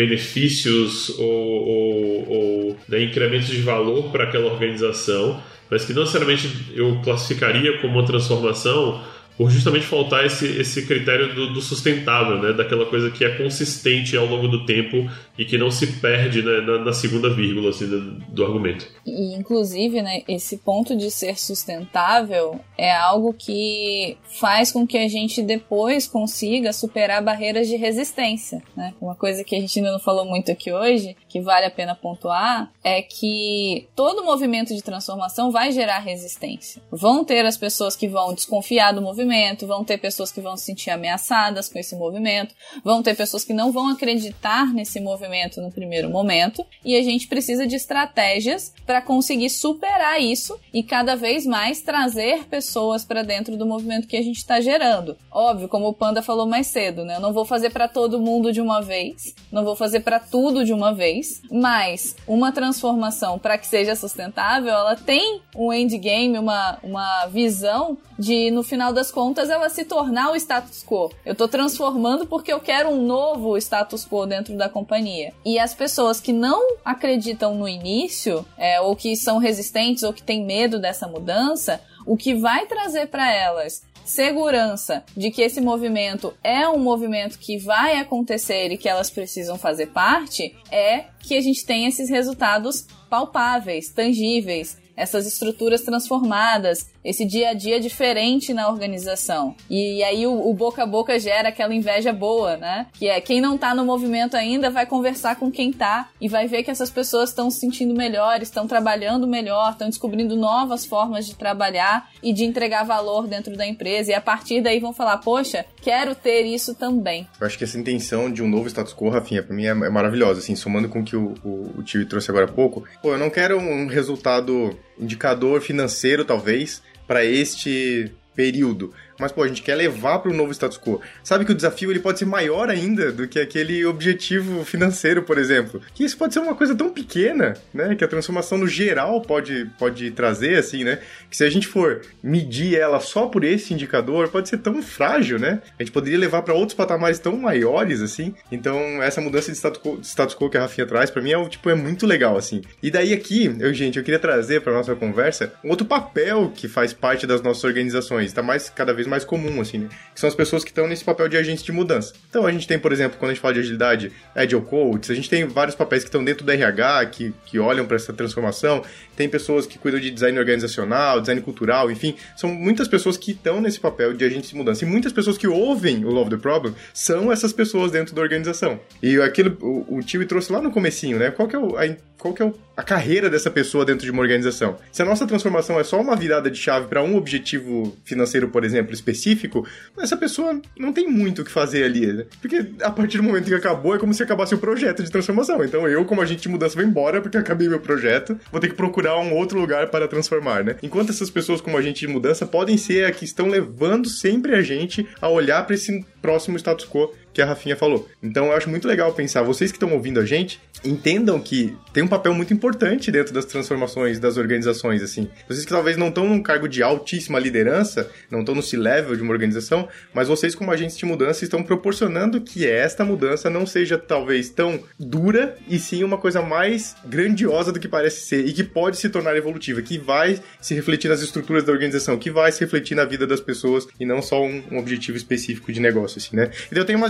benefícios ou, ou, ou né, incrementos de valor para aquela organização, mas que não necessariamente eu classificaria como uma transformação por justamente faltar esse, esse critério do, do sustentável, né? Daquela coisa que é consistente ao longo do tempo e que não se perde, né, na, na segunda vírgula assim, do, do argumento. E, inclusive, né, esse ponto de ser sustentável é algo que faz com que a gente depois consiga superar barreiras de resistência, né? Uma coisa que a gente ainda não falou muito aqui hoje, que vale a pena pontuar, é que todo movimento de transformação vai gerar resistência. Vão ter as pessoas que vão desconfiar do movimento, vão ter pessoas que vão se sentir ameaçadas com esse movimento, vão ter pessoas que não vão acreditar nesse movimento no primeiro momento, e a gente precisa de estratégias para conseguir superar isso e cada vez mais trazer pessoas para dentro do movimento que a gente está gerando. Óbvio, como o Panda falou mais cedo, né? Eu não vou fazer para todo mundo de uma vez, não vou fazer para tudo de uma vez, mas uma transformação para que seja sustentável, ela tem um endgame, uma, uma visão de, no final das contas, ela se tornar o status quo. Eu tô transformando porque eu quero um novo status quo dentro da companhia. E as pessoas que não acreditam no início, é, ou que são resistentes, ou que têm medo dessa mudança, o que vai trazer para elas segurança de que esse movimento é um movimento que vai acontecer e que elas precisam fazer parte, é que a gente tem esses resultados palpáveis, tangíveis, essas estruturas transformadas, esse dia a dia diferente na organização. E aí o, o boca a boca gera aquela inveja boa, né? Que é quem não tá no movimento ainda vai conversar com quem tá e vai ver que essas pessoas estão se sentindo melhor, estão trabalhando melhor, estão descobrindo novas formas de trabalhar e de entregar valor dentro da empresa. E a partir daí vão falar, poxa, quero ter isso também. Eu acho que essa intenção de um novo status quo, Rafinha, pra mim é, é maravilhosa, assim, somando com o que o, o, o Tio trouxe agora há pouco. Pô, eu não quero um resultado, indicador financeiro, talvez, para este período. Mas, pô, a gente quer levar para o novo status quo. Sabe que o desafio ele pode ser maior ainda do que aquele objetivo financeiro, por exemplo. Que isso pode ser uma coisa tão pequena, né? Que a transformação no geral pode, pode trazer, assim, né? Que se a gente for medir ela só por esse indicador, pode ser tão frágil, né? A gente poderia levar para outros patamares tão maiores, assim. Então, essa mudança de status quo, de status quo que a Rafinha traz, para mim, é, tipo, é muito legal, assim. E daí aqui, eu, gente, eu queria trazer para nossa conversa um outro papel que faz parte das nossas organizações. Tá mais, cada vez mais comum, assim, né? Que são as pessoas que estão nesse papel de agentes de mudança. Então, a gente tem, por exemplo, quando a gente fala de agilidade, Agile Coaches, a gente tem vários papéis que estão dentro do R H, que, que olham para essa transformação, tem pessoas que cuidam de design organizacional, design cultural, enfim, são muitas pessoas que estão nesse papel de agentes de mudança. E muitas pessoas que ouvem o Love the Problem são essas pessoas dentro da organização. E aquilo, o, o Tio trouxe lá no comecinho, né? Qual que é o, a, qual que é o, a carreira dessa pessoa dentro de uma organização? Se a nossa transformação é só uma virada de chave para um objetivo financeiro, por exemplo, específico, essa pessoa não tem muito o que fazer ali, né? Porque a partir do momento que acabou, é como se acabasse o projeto de transformação. Então eu, como agente de mudança, vou embora porque acabei meu projeto, vou ter que procurar um outro lugar para transformar, né? Enquanto essas pessoas como agente de mudança podem ser a que estão levando sempre a gente a olhar para esse próximo status quo que a Rafinha falou. Então eu acho muito legal pensar, vocês que estão ouvindo a gente, entendam que tem um papel muito importante dentro das transformações das organizações, assim. Vocês que talvez não estão num cargo de altíssima liderança, não estão no C-level de uma organização, mas vocês como agentes de mudança estão proporcionando que esta mudança não seja talvez tão dura e sim uma coisa mais grandiosa do que parece ser e que pode se tornar evolutiva, que vai se refletir nas estruturas da organização, que vai se refletir na vida das pessoas e não só um, um objetivo específico de negócio, assim, né? Então eu tenho umas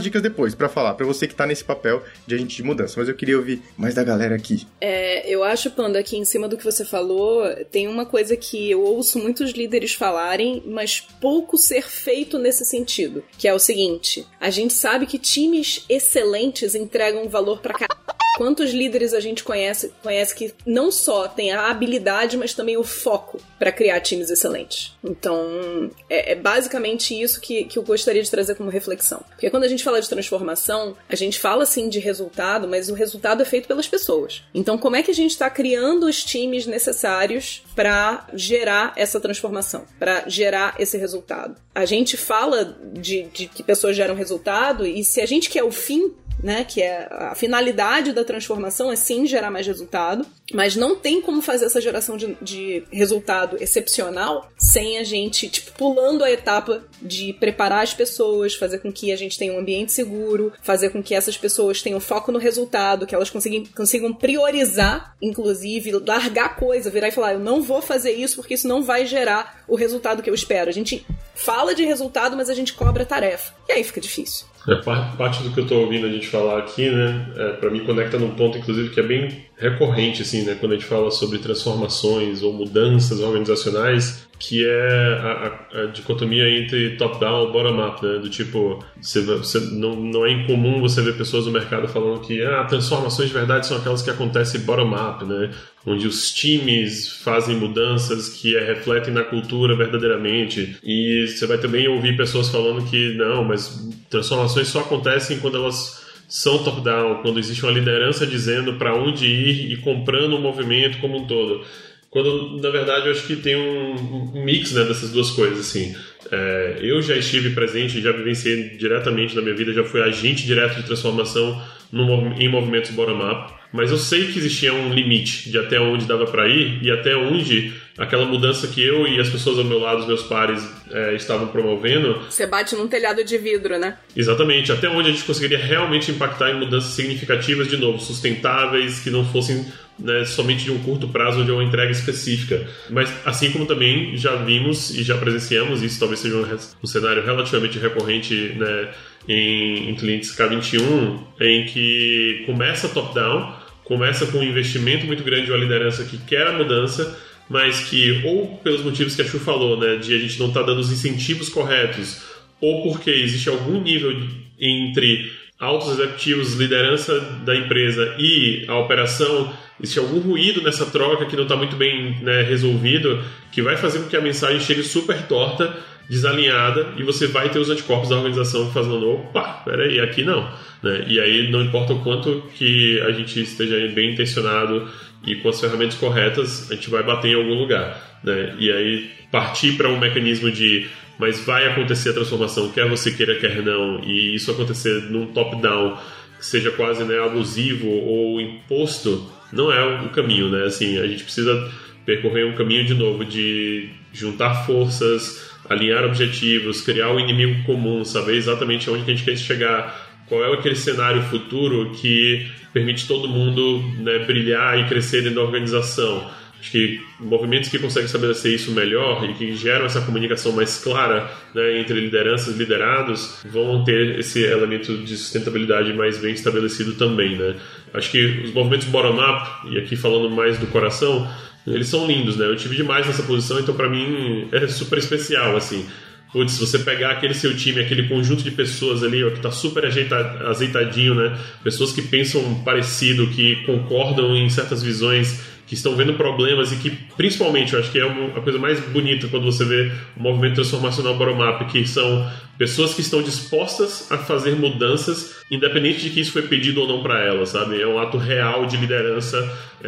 dicas depois pra falar, pra você que tá nesse papel de agente de mudança. Mas eu queria ouvir mais da galera aqui. É, eu acho, Panda, que em cima do que você falou, tem uma coisa que eu ouço muitos líderes falarem, mas pouco ser feito nesse sentido, que é o seguinte: a gente sabe que times excelentes entregam valor pra caralho. Quantos líderes a gente conhece, conhece que não só tem a habilidade, mas também o foco para criar times excelentes? Então, é, é basicamente isso que, que eu gostaria de trazer como reflexão. Porque quando a gente fala de transformação, a gente fala, sim, de resultado, mas o resultado é feito pelas pessoas. Então, como é que a gente está criando os times necessários para gerar essa transformação, para gerar esse resultado? A gente fala de, de que pessoas geram resultado, e se a gente quer o fim, né, que é a finalidade da transformação, é sim gerar mais resultado, mas não tem como fazer essa geração de, de resultado excepcional sem a gente, tipo, pulando a etapa de preparar as pessoas, fazer com que a gente tenha um ambiente seguro, fazer com que essas pessoas tenham foco no resultado, que elas consigam, consigam priorizar, inclusive, largar coisa, virar e falar, eu não vou fazer isso porque isso não vai gerar o resultado que eu espero. A gente fala de resultado, mas a gente cobra tarefa. E aí fica difícil. É, parte do que eu estou ouvindo a gente falar aqui, né, é, para mim conecta num ponto, inclusive, que é bem recorrente, assim, né, quando a gente fala sobre transformações ou mudanças organizacionais, que é a, a, a dicotomia entre top-down e bottom-up, né, do tipo, você, você, não, não é incomum você ver pessoas no mercado falando que ah, transformações de verdade são aquelas que acontecem bottom-up, né, onde os times fazem mudanças que é, refletem na cultura verdadeiramente, e você vai também ouvir pessoas falando que não, mas transformações só acontecem quando elas são top-down, quando existe uma liderança dizendo para onde ir e comprando o movimento como um todo. Quando, na verdade, eu acho que tem um, um mix, né, dessas duas coisas, assim. É, eu já estive presente, já vivenciei diretamente na minha vida, já fui agente direto de transformação no, em movimentos bottom-up, mas eu sei que existia um limite de até onde dava para ir e até onde aquela mudança que eu e as pessoas ao meu lado, os meus pares, é, estavam promovendo... Você bate num telhado de vidro, né? Exatamente. Até onde a gente conseguiria realmente impactar em mudanças significativas, de novo, sustentáveis, que não fossem, né, somente de um curto prazo ou de uma entrega específica. Mas assim como também já vimos e já presenciamos, isso talvez seja um, um cenário relativamente recorrente, né, em, em clientes K vinte e um, em que começa top-down, começa com um investimento muito grande de uma liderança que quer a mudança, mas que, ou pelos motivos que a Chu falou, né, de a gente não estar tá dando os incentivos corretos, ou porque existe algum nível de, entre altos executivos, liderança da empresa e a operação, existe algum ruído nessa troca que não está muito bem, né, resolvido, que vai fazer com que a mensagem chegue super torta, desalinhada, e você vai ter os anticorpos da organização fazendo, opa, peraí, aqui não. Né? E aí não importa o quanto que a gente esteja bem intencionado e com as ferramentas corretas, a gente vai bater em algum lugar. Né? E aí partir para um mecanismo de mas vai acontecer a transformação, quer você queira, quer não, e isso acontecer num top-down que seja quase, né, abusivo ou imposto, não é o caminho. Né? Assim, a gente precisa percorrer um caminho de novo de juntar forças, alinhar objetivos, criar um inimigo comum, saber exatamente onde que a gente quer chegar, qual é aquele cenário futuro que permite todo mundo, né, brilhar e crescer dentro da organização. Acho que movimentos que conseguem estabelecer isso melhor e que geram essa comunicação mais clara, né, entre lideranças e liderados vão ter esse elemento de sustentabilidade mais bem estabelecido também. Né? Acho que os movimentos bottom-up, e aqui falando mais do coração, eles são lindos, né? Eu tive demais nessa posição, então para mim é super especial, assim. Putz, se você pegar aquele seu time, aquele conjunto de pessoas ali, ó, que tá super ajeitad, azeitadinho, né? Pessoas que pensam parecido, que concordam em certas visões, que estão vendo problemas e que, principalmente, eu acho que é a coisa mais bonita quando você vê o movimento transformacional bottom-up, que são pessoas que estão dispostas a fazer mudanças, independente de que isso foi pedido ou não para elas, sabe? É um ato real de liderança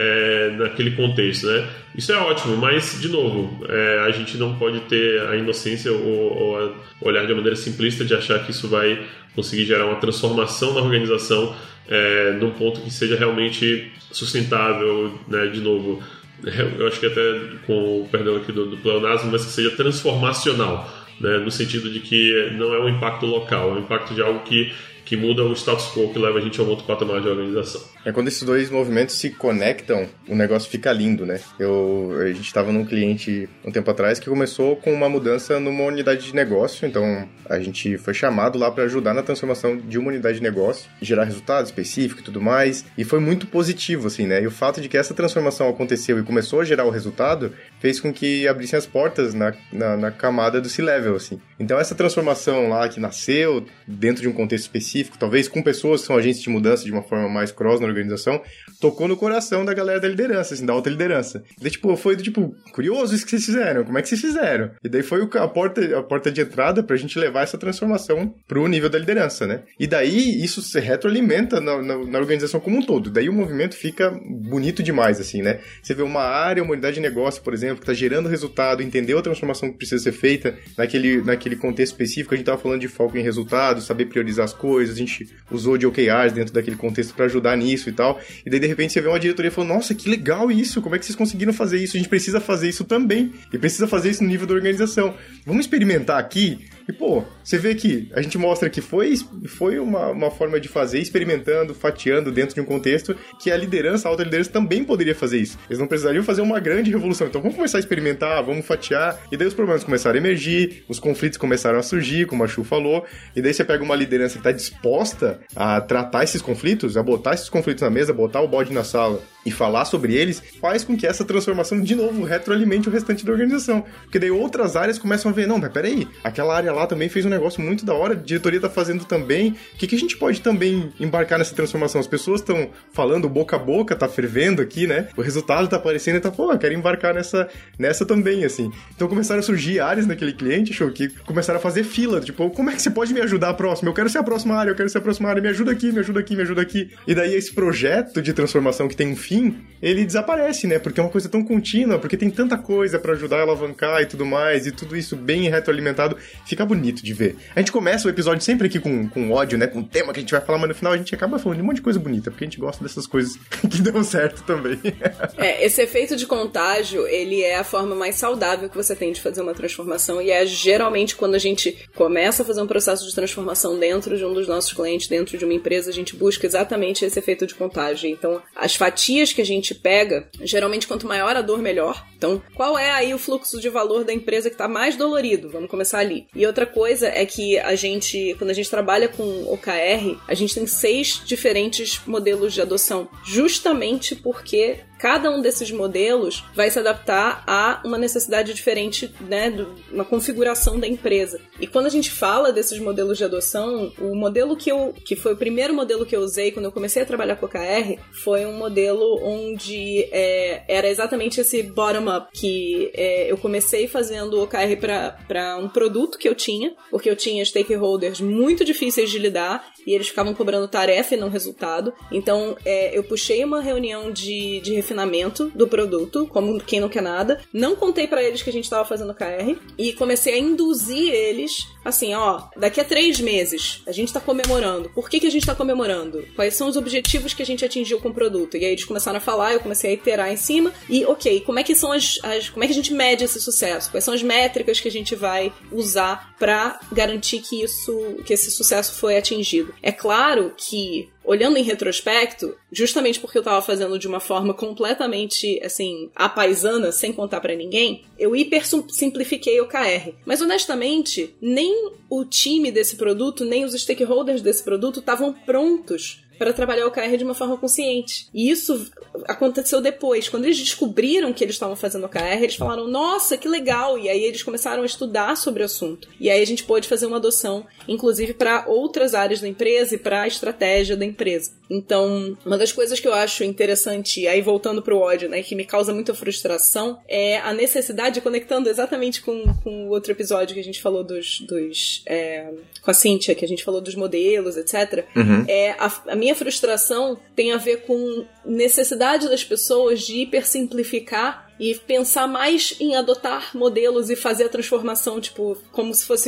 é, naquele contexto, né? Isso é ótimo, mas, de novo, é, a gente não pode ter a inocência ou, ou olhar de maneira simplista de achar que isso vai conseguir gerar uma transformação na organização é, num ponto que seja realmente sustentável, né? De novo, eu acho que até com o perdão aqui do, do pleonasmo, mas que seja transformacional. Né, no sentido de que não é um impacto local, é um impacto de algo que que muda o status quo, que leva a gente a um outro patamar de organização. É quando esses dois movimentos se conectam, o negócio fica lindo, né? Eu, a gente estava num cliente um tempo atrás que começou com uma mudança numa unidade de negócio, então a gente foi chamado lá para ajudar na transformação de uma unidade de negócio, gerar resultado específico e tudo mais, e foi muito positivo, assim, né? E o fato de que essa transformação aconteceu e começou a gerar o resultado fez com que abrissem as portas na, na, na camada do C-Level, assim. Então essa transformação lá que nasceu dentro de um contexto específico, talvez com pessoas que são agentes de mudança de uma forma mais cross na organização, tocou no coração da galera da liderança, assim, da alta liderança. E daí, tipo, foi do tipo, curioso isso que vocês fizeram, como é que vocês fizeram? E daí foi a porta, a porta de entrada pra gente levar essa transformação pro nível da liderança, né? E daí isso se retroalimenta na, na, na organização como um todo. Daí o movimento fica bonito demais, assim, né? Você vê uma área, uma unidade de negócio, por exemplo, que tá gerando resultado, entendeu a transformação que precisa ser feita naquele, naquele contexto específico. A gente tava falando de foco em resultados, saber priorizar as coisas, a gente usou de O K Rs dentro daquele contexto pra ajudar nisso e tal. E daí, de repente, você vê uma diretoria falando, nossa, que legal isso, como é que vocês conseguiram fazer isso? A gente precisa fazer isso também. E precisa fazer isso no nível da organização. Vamos experimentar aqui? E, pô, você vê que a gente mostra que foi, foi uma, uma forma de fazer, experimentando, fatiando dentro de um contexto que a liderança, a alta liderança também poderia fazer isso. Eles não precisariam fazer uma grande revolução. Então vamos começar a experimentar, vamos fatiar. E daí os problemas começaram a emergir, os conflitos começaram a surgir, como a Chu falou. E daí você pega uma liderança que está disposta a tratar esses conflitos, a botar esses conflitos na mesa, botar o bode na sala e falar sobre eles, faz com que essa transformação, de novo, retroalimente o restante da organização. Porque daí outras áreas começam a ver, não, mas peraí, aquela área lá também fez um negócio muito da hora, a diretoria tá fazendo também, o que, que a gente pode também embarcar nessa transformação? As pessoas estão falando boca a boca, tá fervendo aqui, né? O resultado tá aparecendo e tá, pô, eu quero embarcar nessa, nessa também, assim. Então começaram a surgir áreas naquele cliente, show, que começaram a fazer fila, tipo, como é que você pode me ajudar a próxima? Eu quero ser a próxima área, eu quero ser a próxima área, me ajuda aqui, me ajuda aqui, me ajuda aqui. E daí esse projeto de transformação que tem um fim, ele desaparece, né? Porque é uma coisa tão contínua, porque tem tanta coisa pra ajudar a alavancar e tudo mais, e tudo isso bem retroalimentado, fica bonito de ver. A gente começa o episódio sempre aqui com, com ódio, né? Com um tema que a gente vai falar, mas no final a gente acaba falando de um monte de coisa bonita, porque a gente gosta dessas coisas que dão certo também. É, esse efeito de contágio, ele é a forma mais saudável que você tem de fazer uma transformação, e é geralmente quando a gente começa a fazer um processo de transformação dentro de um dos nossos clientes, dentro de uma empresa, a gente busca exatamente esse efeito de contágio. Então, as fatias que a gente pega, geralmente quanto maior a dor, melhor. Então, qual é aí o fluxo de valor da empresa que está mais dolorido? Vamos começar ali. E outra coisa é que a gente, quando a gente trabalha com O K R, a gente tem seis diferentes modelos de adoção, justamente porque cada um desses modelos vai se adaptar a uma necessidade diferente, né, uma configuração da empresa. E quando a gente fala desses modelos de adoção, o modelo que eu, que foi o primeiro modelo que eu usei quando eu comecei a trabalhar com O K R, foi um modelo onde é, era exatamente esse bottom-up, que é, eu comecei fazendo o O K R para um produto que eu tinha, porque eu tinha stakeholders muito difíceis de lidar, e eles ficavam cobrando tarefa e não resultado. Então, é, eu puxei uma reunião de, de refinamento do produto, como quem não quer nada. Não contei pra eles que a gente tava fazendo o K R. E comecei a induzir eles, assim, ó, daqui a três meses, a gente tá comemorando. Por que que a gente tá comemorando? Quais são os objetivos que a gente atingiu com o produto? E aí eles começaram a falar, eu comecei a iterar em cima. E, ok, como é que são as, as como é que a gente mede esse sucesso? Quais são as métricas que a gente vai usar pra garantir que isso, que esse sucesso foi atingido? É claro que, olhando em retrospecto, justamente porque eu tava fazendo de uma forma completamente, assim, apaisana, sem contar pra ninguém, eu hiper simplifiquei o K R. Mas, honestamente, nem o time desse produto, nem os stakeholders desse produto estavam prontos para trabalhar o K R de uma forma consciente. E isso aconteceu depois. Quando eles descobriram que eles estavam fazendo o K R, eles falaram, nossa, que legal! E aí eles começaram a estudar sobre o assunto. E aí a gente pôde fazer uma adoção, inclusive para outras áreas da empresa e para a estratégia da empresa. Então, uma das coisas que eu acho interessante, aí voltando pro ódio, né, que me causa muita frustração, é a necessidade, conectando exatamente com, com o outro episódio que a gente falou dos... dos é, com a Cíntia, que a gente falou dos modelos, etcétera. Uhum. É, a, a minha frustração tem a ver com necessidade das pessoas de hipersimplificar e pensar mais em adotar modelos e fazer a transformação, tipo, como se fosse um,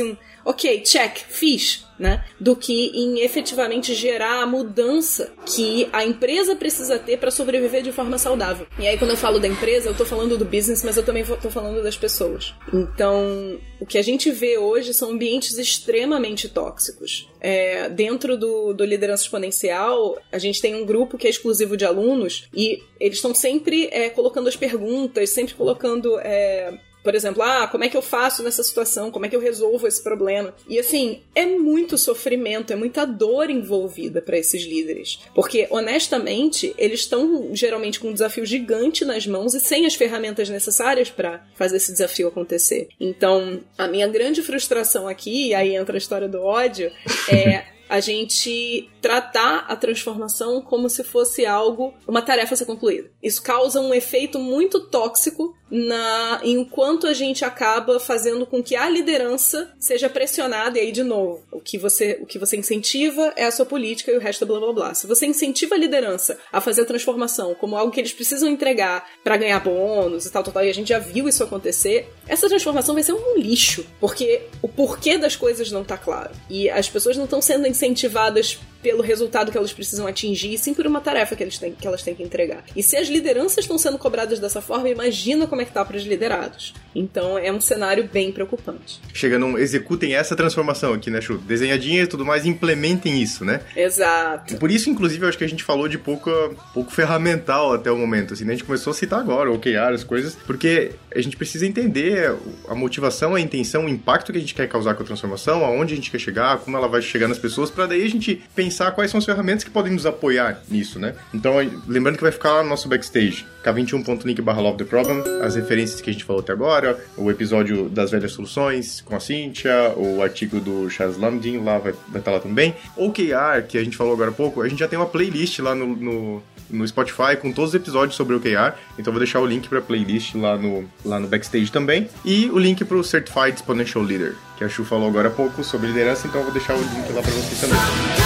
ok, check, fiz, né? Do que em efetivamente gerar a mudança que a empresa precisa ter para sobreviver de forma saudável. E aí, quando eu falo da empresa, eu tô falando do business, mas eu também tô falando das pessoas. Então, o que a gente vê hoje são ambientes extremamente tóxicos. É, dentro do, do Liderança Exponencial, a gente tem um grupo que é exclusivo de alunos e eles estão sempre é, colocando as perguntas, sempre colocando... É, por exemplo, ah, como é que eu faço nessa situação? Como é que eu resolvo esse problema? E assim, é muito sofrimento, é muita dor envolvida para esses líderes. Porque, honestamente, eles estão geralmente com um desafio gigante nas mãos e sem as ferramentas necessárias para fazer esse desafio acontecer. Então, a minha grande frustração aqui, e aí entra a história do ódio, é... a gente tratar a transformação como se fosse algo, uma tarefa a ser concluída. Isso causa um efeito muito tóxico na, enquanto a gente acaba fazendo com que a liderança seja pressionada, e aí, de novo, o que você, o que você incentiva é a sua política e o resto é blá blá blá. Se você incentiva a liderança a fazer a transformação como algo que eles precisam entregar para ganhar bônus e tal, tal, tal, e a gente já viu isso acontecer, essa transformação vai ser um lixo, porque o porquê das coisas não tá claro. E as pessoas não estão sendo incentivadas pelo resultado que elas precisam atingir, e sim por uma tarefa que, eles têm, que elas têm que entregar. E se as lideranças estão sendo cobradas dessa forma, imagina como é que tá para os liderados. Então é um cenário bem preocupante. Chega num... Executem essa transformação aqui, né, Chu? Desenhadinha e tudo mais, implementem isso, né? Exato. Por isso, inclusive, eu acho que a gente falou de pouco, pouco ferramental até o momento, assim, né? A gente começou a citar agora, o O K R, as coisas, porque a gente precisa entender a motivação, a intenção, o impacto que a gente quer causar com a transformação, aonde a gente quer chegar, como ela vai chegar nas pessoas, para daí a gente pensar quais são as ferramentas que podem nos apoiar nisso, né? Então, lembrando que vai ficar lá no nosso backstage, k vinte e um ponto link barra love the problem, as referências que a gente falou até agora, o episódio das velhas soluções com a Cíntia, o artigo do Charles Lamdin, lá vai, vai estar lá também. O O K R, que a gente falou agora há pouco, a gente já tem uma playlist lá no, no, no Spotify com todos os episódios sobre o O K R, então eu vou deixar o link para a playlist lá no, lá no backstage também, e o link para o Certified Exponential Leader, que a Chu falou agora há pouco sobre liderança, então eu vou deixar o link lá para vocês também.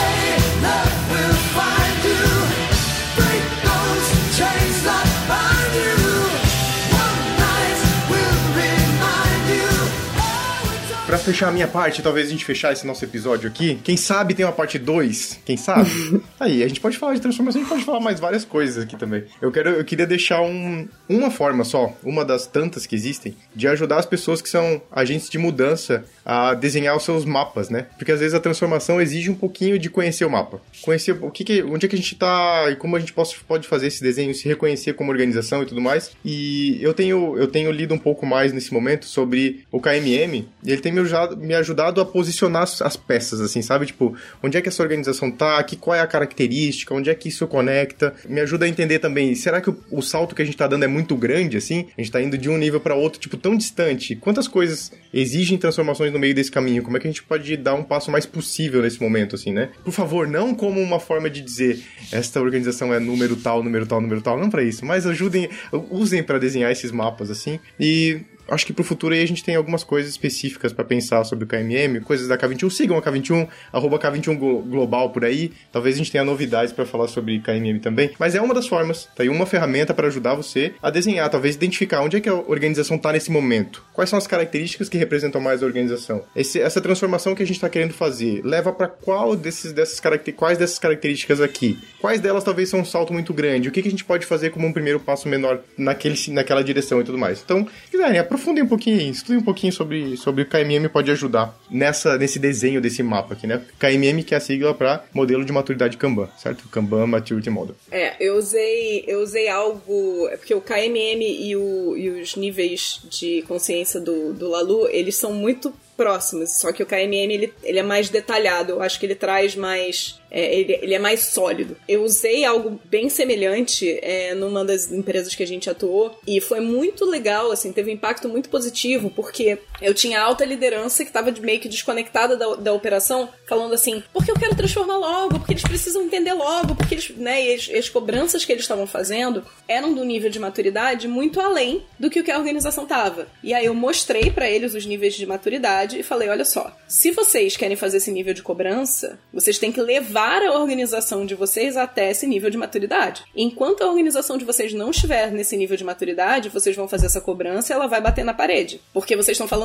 Pra fechar a minha parte, talvez a gente fechar esse nosso episódio aqui, quem sabe tem uma parte dois, quem sabe? Aí, a gente pode falar de transformação, a gente pode falar mais várias coisas aqui também. Eu, quero, eu queria deixar um, uma forma só, uma das tantas que existem, de ajudar as pessoas que são agentes de mudança a desenhar os seus mapas, né? Porque às vezes a transformação exige um pouquinho de conhecer o mapa. Conhecer o que, que onde é que a gente tá e como a gente pode, pode fazer esse desenho, se reconhecer como organização e tudo mais. E eu tenho, eu tenho lido um pouco mais nesse momento sobre o K M M, e ele tem me ajudado, me ajudado a posicionar as, as peças, assim, sabe? Tipo, onde é que essa organização tá, aqui, qual é a característica, onde é que isso conecta. Me ajuda a entender também, será que o, o salto que a gente tá dando é muito grande, assim? A gente tá indo de um nível para outro, tipo, tão distante. Quantas coisas exigem transformações no meio desse caminho? Como é que a gente pode dar um passo mais possível nesse momento, assim, né? Por favor, não como uma forma de dizer esta organização é número tal, número tal, número tal, não para isso, mas ajudem, usem para desenhar esses mapas, assim, e acho que pro futuro aí a gente tem algumas coisas específicas pra pensar sobre o K M M, coisas da K vinte e um, sigam a K vinte e um, arroba K vinte e um Global por aí, talvez a gente tenha novidades pra falar sobre K M M também, mas é uma das formas, tá aí uma ferramenta pra ajudar você a desenhar, talvez identificar onde é que a organização tá nesse momento, quais são as características que representam mais a organização, Esse, essa transformação que a gente tá querendo fazer, leva pra qual desses, dessas caracter, quais dessas características aqui, quais delas talvez são um salto muito grande, o que, que a gente pode fazer como um primeiro passo menor naquele, naquela direção e tudo mais. Então, se quiserem, aprofundem um pouquinho, estudem um pouquinho sobre, sobre o K M M, pode ajudar nessa, nesse desenho desse mapa aqui, né? K M M que é a sigla para modelo de maturidade Kanban, certo? Kanban Maturity Model. É, eu usei, eu usei algo, é porque o K M M e, o, e os níveis de consciência do, do Lalu, eles são muito próximos, só que o K M M ele, ele é mais detalhado, eu acho que ele traz mais, é, ele, ele é mais sólido. Eu usei algo bem semelhante é, numa das empresas que a gente atuou e foi muito legal, assim, teve um impacto muito positivo, porque eu tinha alta liderança que estava meio que desconectada da, da operação, falando assim, porque eu quero transformar logo, porque eles precisam entender logo, porque eles, né, e as, as cobranças que eles estavam fazendo eram do nível de maturidade muito além do que o que a organização estava. E aí eu mostrei para eles os níveis de maturidade e falei, olha só, se vocês querem fazer esse nível de cobrança, vocês têm que levar a organização de vocês até esse nível de maturidade. Enquanto a organização de vocês não estiver nesse nível de maturidade, vocês vão fazer essa cobrança e ela vai bater na parede. Porque vocês estão falando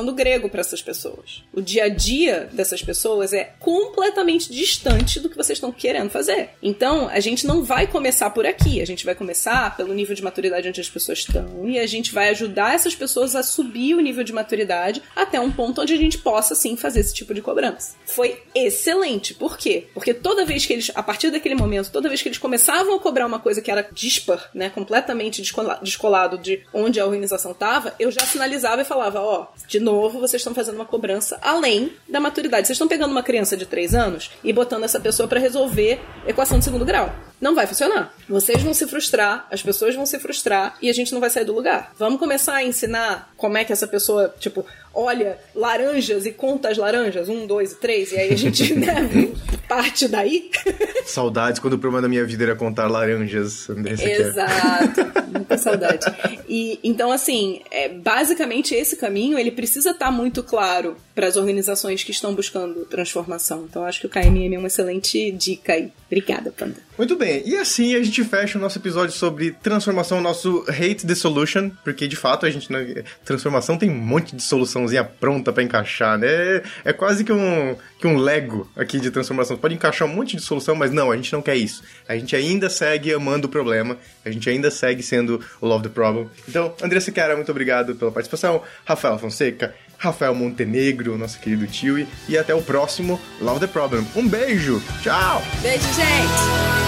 falando grego para essas pessoas. O dia a dia dessas pessoas é completamente distante do que vocês estão querendo fazer. Então, a gente não vai começar por aqui. A gente vai começar pelo nível de maturidade onde as pessoas estão e a gente vai ajudar essas pessoas a subir o nível de maturidade até um ponto onde a gente possa, sim, fazer esse tipo de cobrança. Foi excelente. Por quê? Porque toda vez que eles, a partir daquele momento, toda vez que eles começavam a cobrar uma coisa que era dispar, né, completamente descolado de onde a organização estava, eu já sinalizava e falava, ó, oh, de novo vocês estão fazendo uma cobrança além da maturidade. Vocês estão pegando uma criança de três anos e botando essa pessoa para resolver equação de segundo grau. Não vai funcionar. Vocês vão se frustrar, as pessoas vão se frustrar e a gente não vai sair do lugar. Vamos começar a ensinar como é que essa pessoa, tipo, olha laranjas e conta as laranjas, um, dois e três, e aí a gente, né, parte daí. Saudades quando o problema da minha vida era contar laranjas. Exato, muita saudade. E, então, assim, é, basicamente esse caminho, ele precisa estar muito claro para as organizações que estão buscando transformação. Então, acho que o K M M é uma excelente dica aí. Obrigada, Panda. Muito bem, e assim a gente fecha o nosso episódio sobre transformação, nosso Hate the Solution, porque de fato a gente não... transformação tem um monte de soluçãozinha pronta pra encaixar, né? É quase que um, que um Lego aqui de transformação. Você pode encaixar um monte de solução, mas não, a gente não quer isso. A gente ainda segue amando o problema, a gente ainda segue sendo o Love the Problem. Então, André Sequeira, muito obrigado pela participação. Rafael Fonseca, Rafael Montenegro, nosso querido Tio, e até o próximo Love the Problem. Um beijo, tchau! Beijo, gente!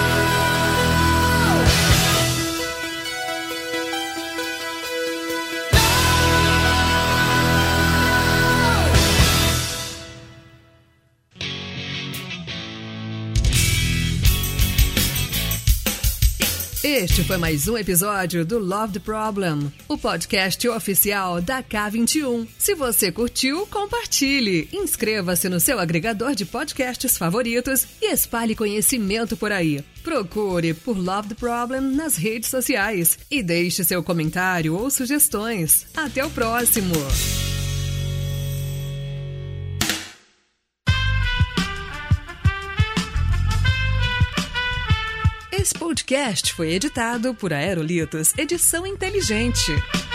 Este foi mais um episódio do Love the Problem, o podcast oficial da K vinte e um. Se você curtiu, compartilhe, inscreva-se no seu agregador de podcasts favoritos e espalhe conhecimento por aí. Procure por Love the Problem nas redes sociais e deixe seu comentário ou sugestões. Até o próximo! Esse podcast foi editado por Aerolitos Edição Inteligente.